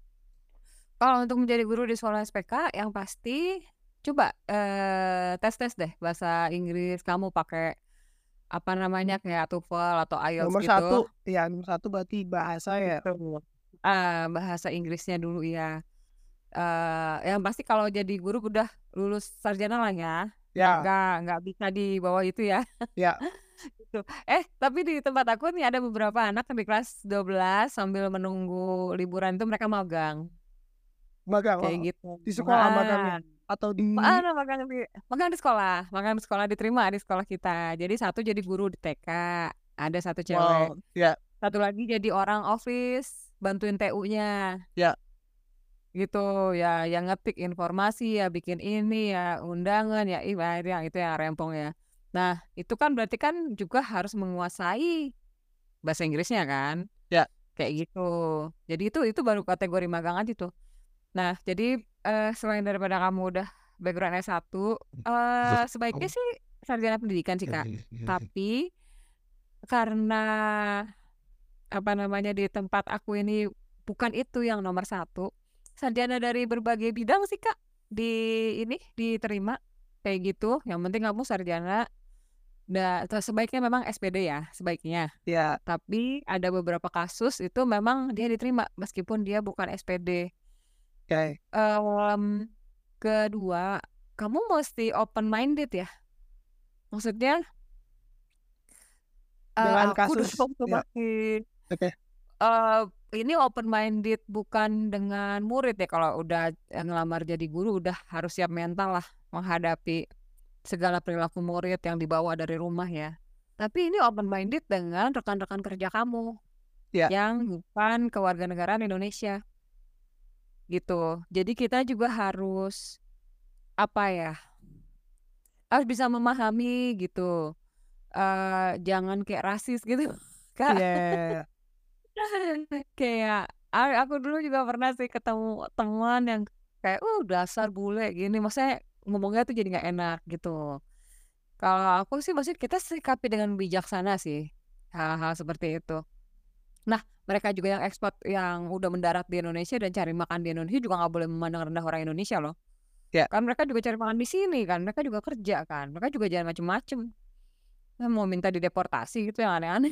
Kalau untuk menjadi guru di sekolah S P K yang pasti coba, eee, tes-tes deh bahasa Inggris kamu pakai, apa namanya, kayak TOEFL atau IELTS Nomor gitu. satu ya nomor satu berarti bahasa ya? Betul. Eee, bahasa Inggrisnya dulu iya. Eee, yang pasti kalau jadi guru udah lulus sarjana lah ya, Ya. nggak nggak bisa di bawah itu ya. Ya. gitu. Eh, tapi di tempat aku nih ada beberapa anak di kelas dua belas sambil menunggu liburan itu mereka magang. Magang, Kayak oh, gitu. di sekolah magangnya? Heeh. Atau di Heeh, magang di magang di sekolah magang di sekolah, diterima di sekolah kita. Jadi satu jadi guru di T K, ada satu cewek. wow, ya Satu lagi jadi orang office, bantuin T U-nya. ya, Gitu, ya yang ngetik informasi, ya bikin ini, ya undangan, ya ih wah yang itu yang rempong ya. Nah, itu kan berarti kan juga harus menguasai bahasa Inggrisnya kan, ya, kayak gitu. Jadi itu itu baru kategori magang aja tuh. Nah, jadi, eee, selain daripada kamu udah background S satu, eee, sebaiknya sih sarjana pendidikan sih, Kak. Tapi karena, apa namanya, di tempat aku ini bukan itu yang nomor satu, sarjana dari berbagai bidang sih, Kak, di ini, diterima, kayak gitu. Yang penting kamu sarjana, da te sebaiknya memang S P D ya, sebaiknya. ya, Tapi ada beberapa kasus itu memang dia diterima meskipun dia bukan S P D. oke. Mmm, kedua, kamu mesti open minded ya. Maksudnya, eee, Dengan aku dulu kasus waktu ya, masih, oke, eee, ini open minded bukan dengan murid ya, kalau udah, eee, ngelamar jadi guru udah harus siap mental lah menghadapi segala perilaku murid yang dibawa dari rumah ya. Tapi ini open minded dengan rekan-rekan kerja kamu ya, yang bukan kewarganegaraan Indonesia, gitu. Jadi kita juga harus, apa ya, harus bisa memahami gitu, eee, jangan kayak rasis gitu, Kak. iya, Kayak, a aku dulu juga pernah sih ketemu teman yang kayak, "Uh, dasar bule," gini, maksudnya ngomongnya tuh jadi nggak enak gitu. Kalau aku sih maksudnya kita sikapi dengan bijaksana sih, hal-hal seperti itu. Nah, mereka juga yang ekspat yang udah mendarat di Indonesia dan cari makan di Indonesia juga nggak boleh memandang rendah orang Indonesia loh. ya, Kan mereka juga cari makan di sini kan, mereka juga kerja kan, mereka juga jangan macem-macem. Kan mau minta dideportasi gitu yang aneh-aneh.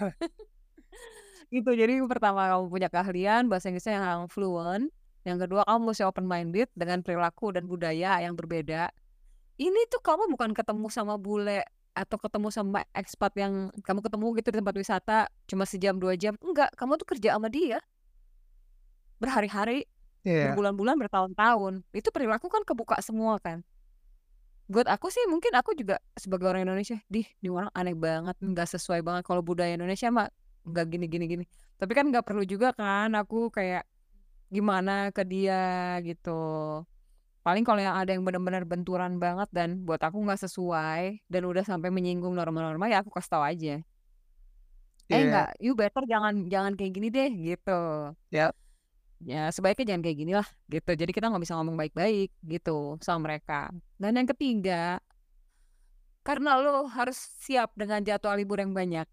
Gitu, jadi pertama kamu punya keahlian bahasa Inggrisnya yang fluent, yang kedua kamu mesti open minded dengan perilaku dan budaya yang berbeda. Ini tuh kamu bukan ketemu sama bule atau ketemu sama ekspat yang kamu ketemu gitu di tempat wisata cuma sejam, dua jam, enggak, kamu tuh kerja sama dia berhari-hari, iya, berbulan-bulan, bertahun-tahun. Itu perilaku kan kebuka semua kan. Buat aku sih mungkin aku juga sebagai orang Indonesia, "Dih, ini orang aneh banget, nggak sesuai banget kalau budaya Indonesia mah nggak gini gini gini." Tapi kan nggak perlu juga kan aku kayak gimana ke dia gitu. Paling kalau yang ada yang benar-benar benturan banget dan buat aku nggak sesuai dan udah sampai menyinggung norma-norma, ya aku kasih tahu aja, "Eh, iya, nggak, you better jangan jangan kayak gini deh," gitu. ya, Ya sebaiknya jangan kayak gini lah gitu. Jadi kita nggak bisa ngomong baik-baik gitu sama mereka. Dan yang ketiga, karena lo harus siap dengan jadwal libur yang banyak.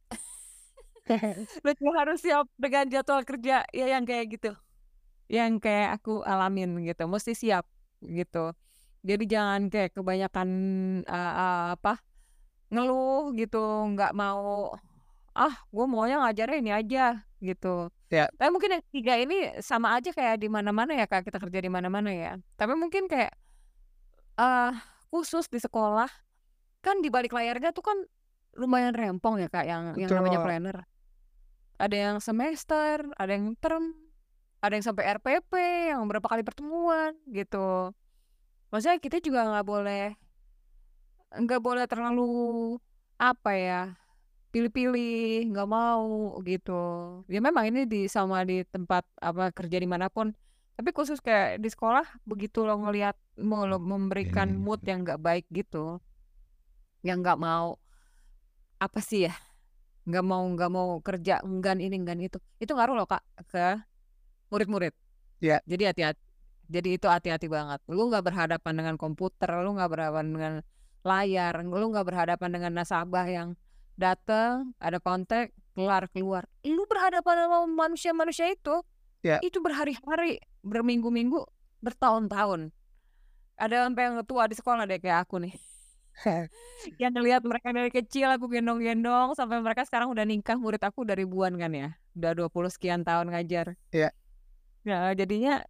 Lo juga harus siap dengan jadwal kerja ya yang kayak gitu, yang kayak aku alamin gitu, mesti siap gitu. Jadi jangan kayak kebanyakan, eee eee, apa, ngeluh gitu, nggak mau, "Ah, gue maunya ngajarnya ini aja," gitu. ya, Tapi mungkin yang ketiga ini sama aja kayak di mana-mana ya, Kak, kita kerja di mana-mana ya. Tapi mungkin kayak, eee, khusus di sekolah, kan di balik layarnya tuh kan lumayan rempong ya, Kak, yang yang namanya betul, planner. Ada yang semester, ada yang term, ada yang sampai R P P, yang berapa kali pertemuan, gitu. Maksudnya kita juga nggak boleh nggak boleh terlalu, apa ya, pilih-pilih, nggak mau, gitu. Ya memang ini di sama di tempat, apa, kerja di mana pun, tapi khusus kayak di sekolah, begitu lo ngelihat mau lo memberikan mood yang nggak baik gitu, yang nggak mau, apa sih ya, nggak mau nggak mau kerja, enggan ini, enggan itu, itu ngaruh loh, Kak, ke murid-murid. ya, Jadi hati-hati. Jadi itu hati-hati banget. Lu nggak berhadapan dengan komputer, lu nggak berhadapan dengan layar, lu nggak berhadapan dengan nasabah yang datang, ada kontak, kelar, keluar. Lu berhadapan sama manusia-manusia itu, ya. itu berhari-hari, berminggu-minggu, bertahun-tahun. Ada sampai yang tua di sekolah deh kayak aku nih, yang ngelihat mereka dari kecil aku gendong-gendong sampai mereka sekarang udah nikah, murid aku udah ribuan kan ya, udah dua puluh sekian tahun ngajar. Iya, Nah, jadinya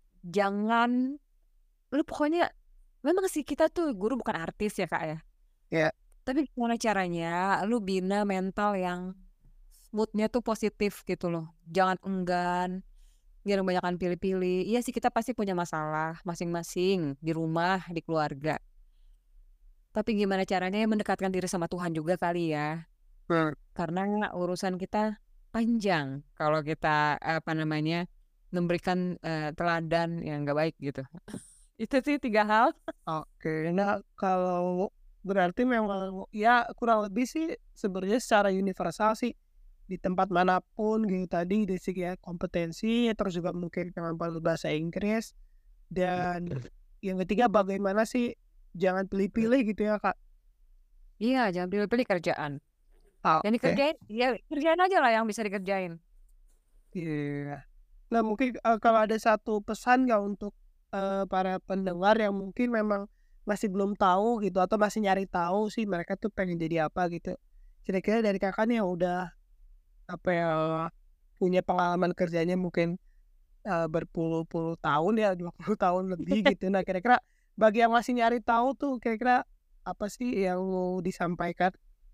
jangan, lu pokoknya memang sih kita tuh guru bukan artis ya, Kak, ya. iya, Tapi gimana caranya lu bina mental yang mood-nya tuh positif gitu loh, jangan enggan, jangan kebanyakan pilih-pilih. Iya sih kita pasti punya masalah masing-masing di rumah, di keluarga. Tapi gimana caranya ya mendekatkan diri sama Tuhan juga kali ya. Bener. Karena urusan kita panjang kalau kita, apa namanya, memberikan, eee, teladan yang nggak baik gitu. Itu sih tiga hal. Oke, nah kalau berarti memang ya kurang lebih sih sebenarnya secara universal sih di tempat manapun gitu tadi dari segi ya kompetensi, terus juga mungkin kemampuan bahasa Inggris, dan yang ketiga bagaimana sih jangan pilih-pilih gitu ya Kak. Iya, jangan pilih-pilih kerjaan. Yang Oke, dikerjain, ya kerjain aja lah yang bisa dikerjain. iya. Nah mungkin eh, kalau ada satu pesan nggak untuk eh, para pendengar yang mungkin memang masih belum tahu gitu atau masih nyari tahu sih mereka tuh pengen jadi apa gitu. Kira-kira dari kakak nih yang udah apa ya punya pengalaman kerjanya mungkin eh, berpuluh-puluh tahun ya dua puluh tahun lebih gitu. Nah kira-kira bagi yang masih nyari tahu tuh kira-kira apa sih yang mau disampaikan?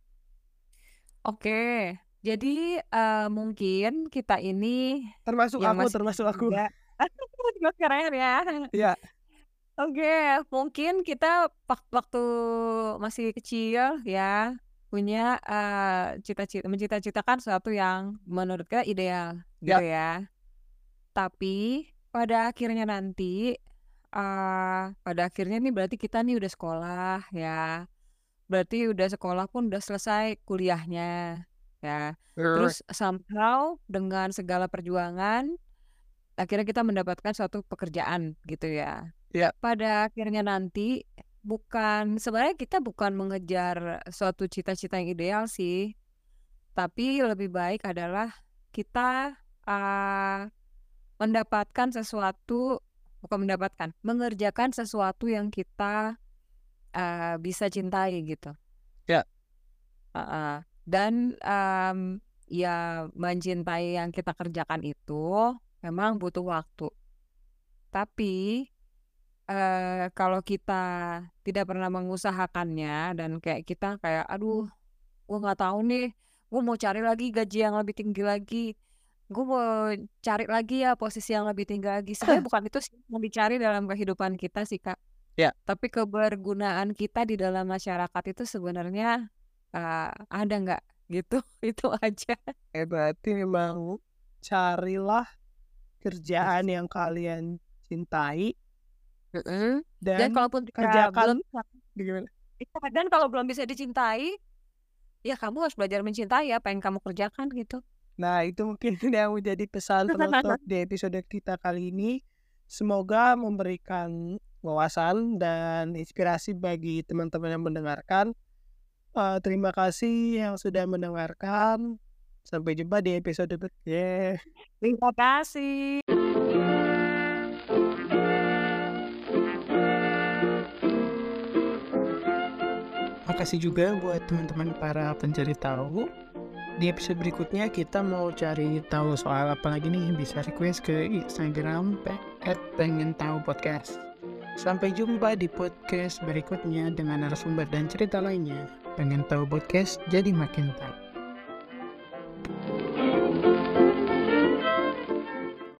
Oke, jadi, eee, mungkin kita ini Termasuk yang aku, masih termasuk aku. muda juga keren ya. Iya, Oke, mungkin kita wak waktu masih kecil ya, punya, eee, cita-cita mencita-citakan sesuatu yang menurut kita ideal, ya, gitu ya. Tapi pada akhirnya nanti, eee, pada akhirnya nih berarti kita nih udah sekolah ya, berarti udah sekolah pun udah selesai kuliahnya, ya. bener, Terus somehow dengan segala perjuangan, akhirnya kita mendapatkan suatu pekerjaan gitu ya. ya, Pada akhirnya nanti, bukan sebenarnya kita bukan mengejar suatu cita-cita yang ideal sih, tapi lebih baik adalah kita, eee, mendapatkan sesuatu bukan mendapatkan, mengerjakan sesuatu yang kita, eee, bisa cintai gitu, ya, heeh. Dan, mmm, ya mencintai yang kita kerjakan itu memang butuh waktu, tapi Eee, kalau kita tidak pernah mengusahakannya dan kayak kita kayak, "Aduh, gue nggak tahu nih, gue mau cari lagi gaji yang lebih tinggi lagi, gue mau cari lagi ya posisi yang lebih tinggi lagi." Sebenarnya bukan itu sih yang dicari dalam kehidupan kita sih, Kak. ya. Tapi kebergunaan kita di dalam masyarakat itu sebenarnya, eee, ada nggak gitu, itu aja. Eh, berarti memang carilah kerjaan yang kalian cintai Mhm, dan dan kalaupun kita belum kerjakan bisa gimana? iya, dan kalau belum bisa dicintai, ya kamu harus belajar mencintai apa yang kamu kerjakan gitu. Nah, itu mungkin yang menjadi pesan penutup di episode kita kali ini. Semoga memberikan wawasan dan inspirasi bagi teman-teman yang mendengarkan. Eh, terima kasih yang sudah mendengarkan. Sampai jumpa di episode berikutnya. Terima kasih. Makasih juga buat teman-teman para pencari tahu. Di episode berikutnya kita mau cari tahu soal apa lagi nih, bisa request ke Instagram at pengen tahu podcast. Sampai jumpa di podcast berikutnya dengan narasumber dan cerita lainnya. Pengen tahu podcast jadi makin tahu.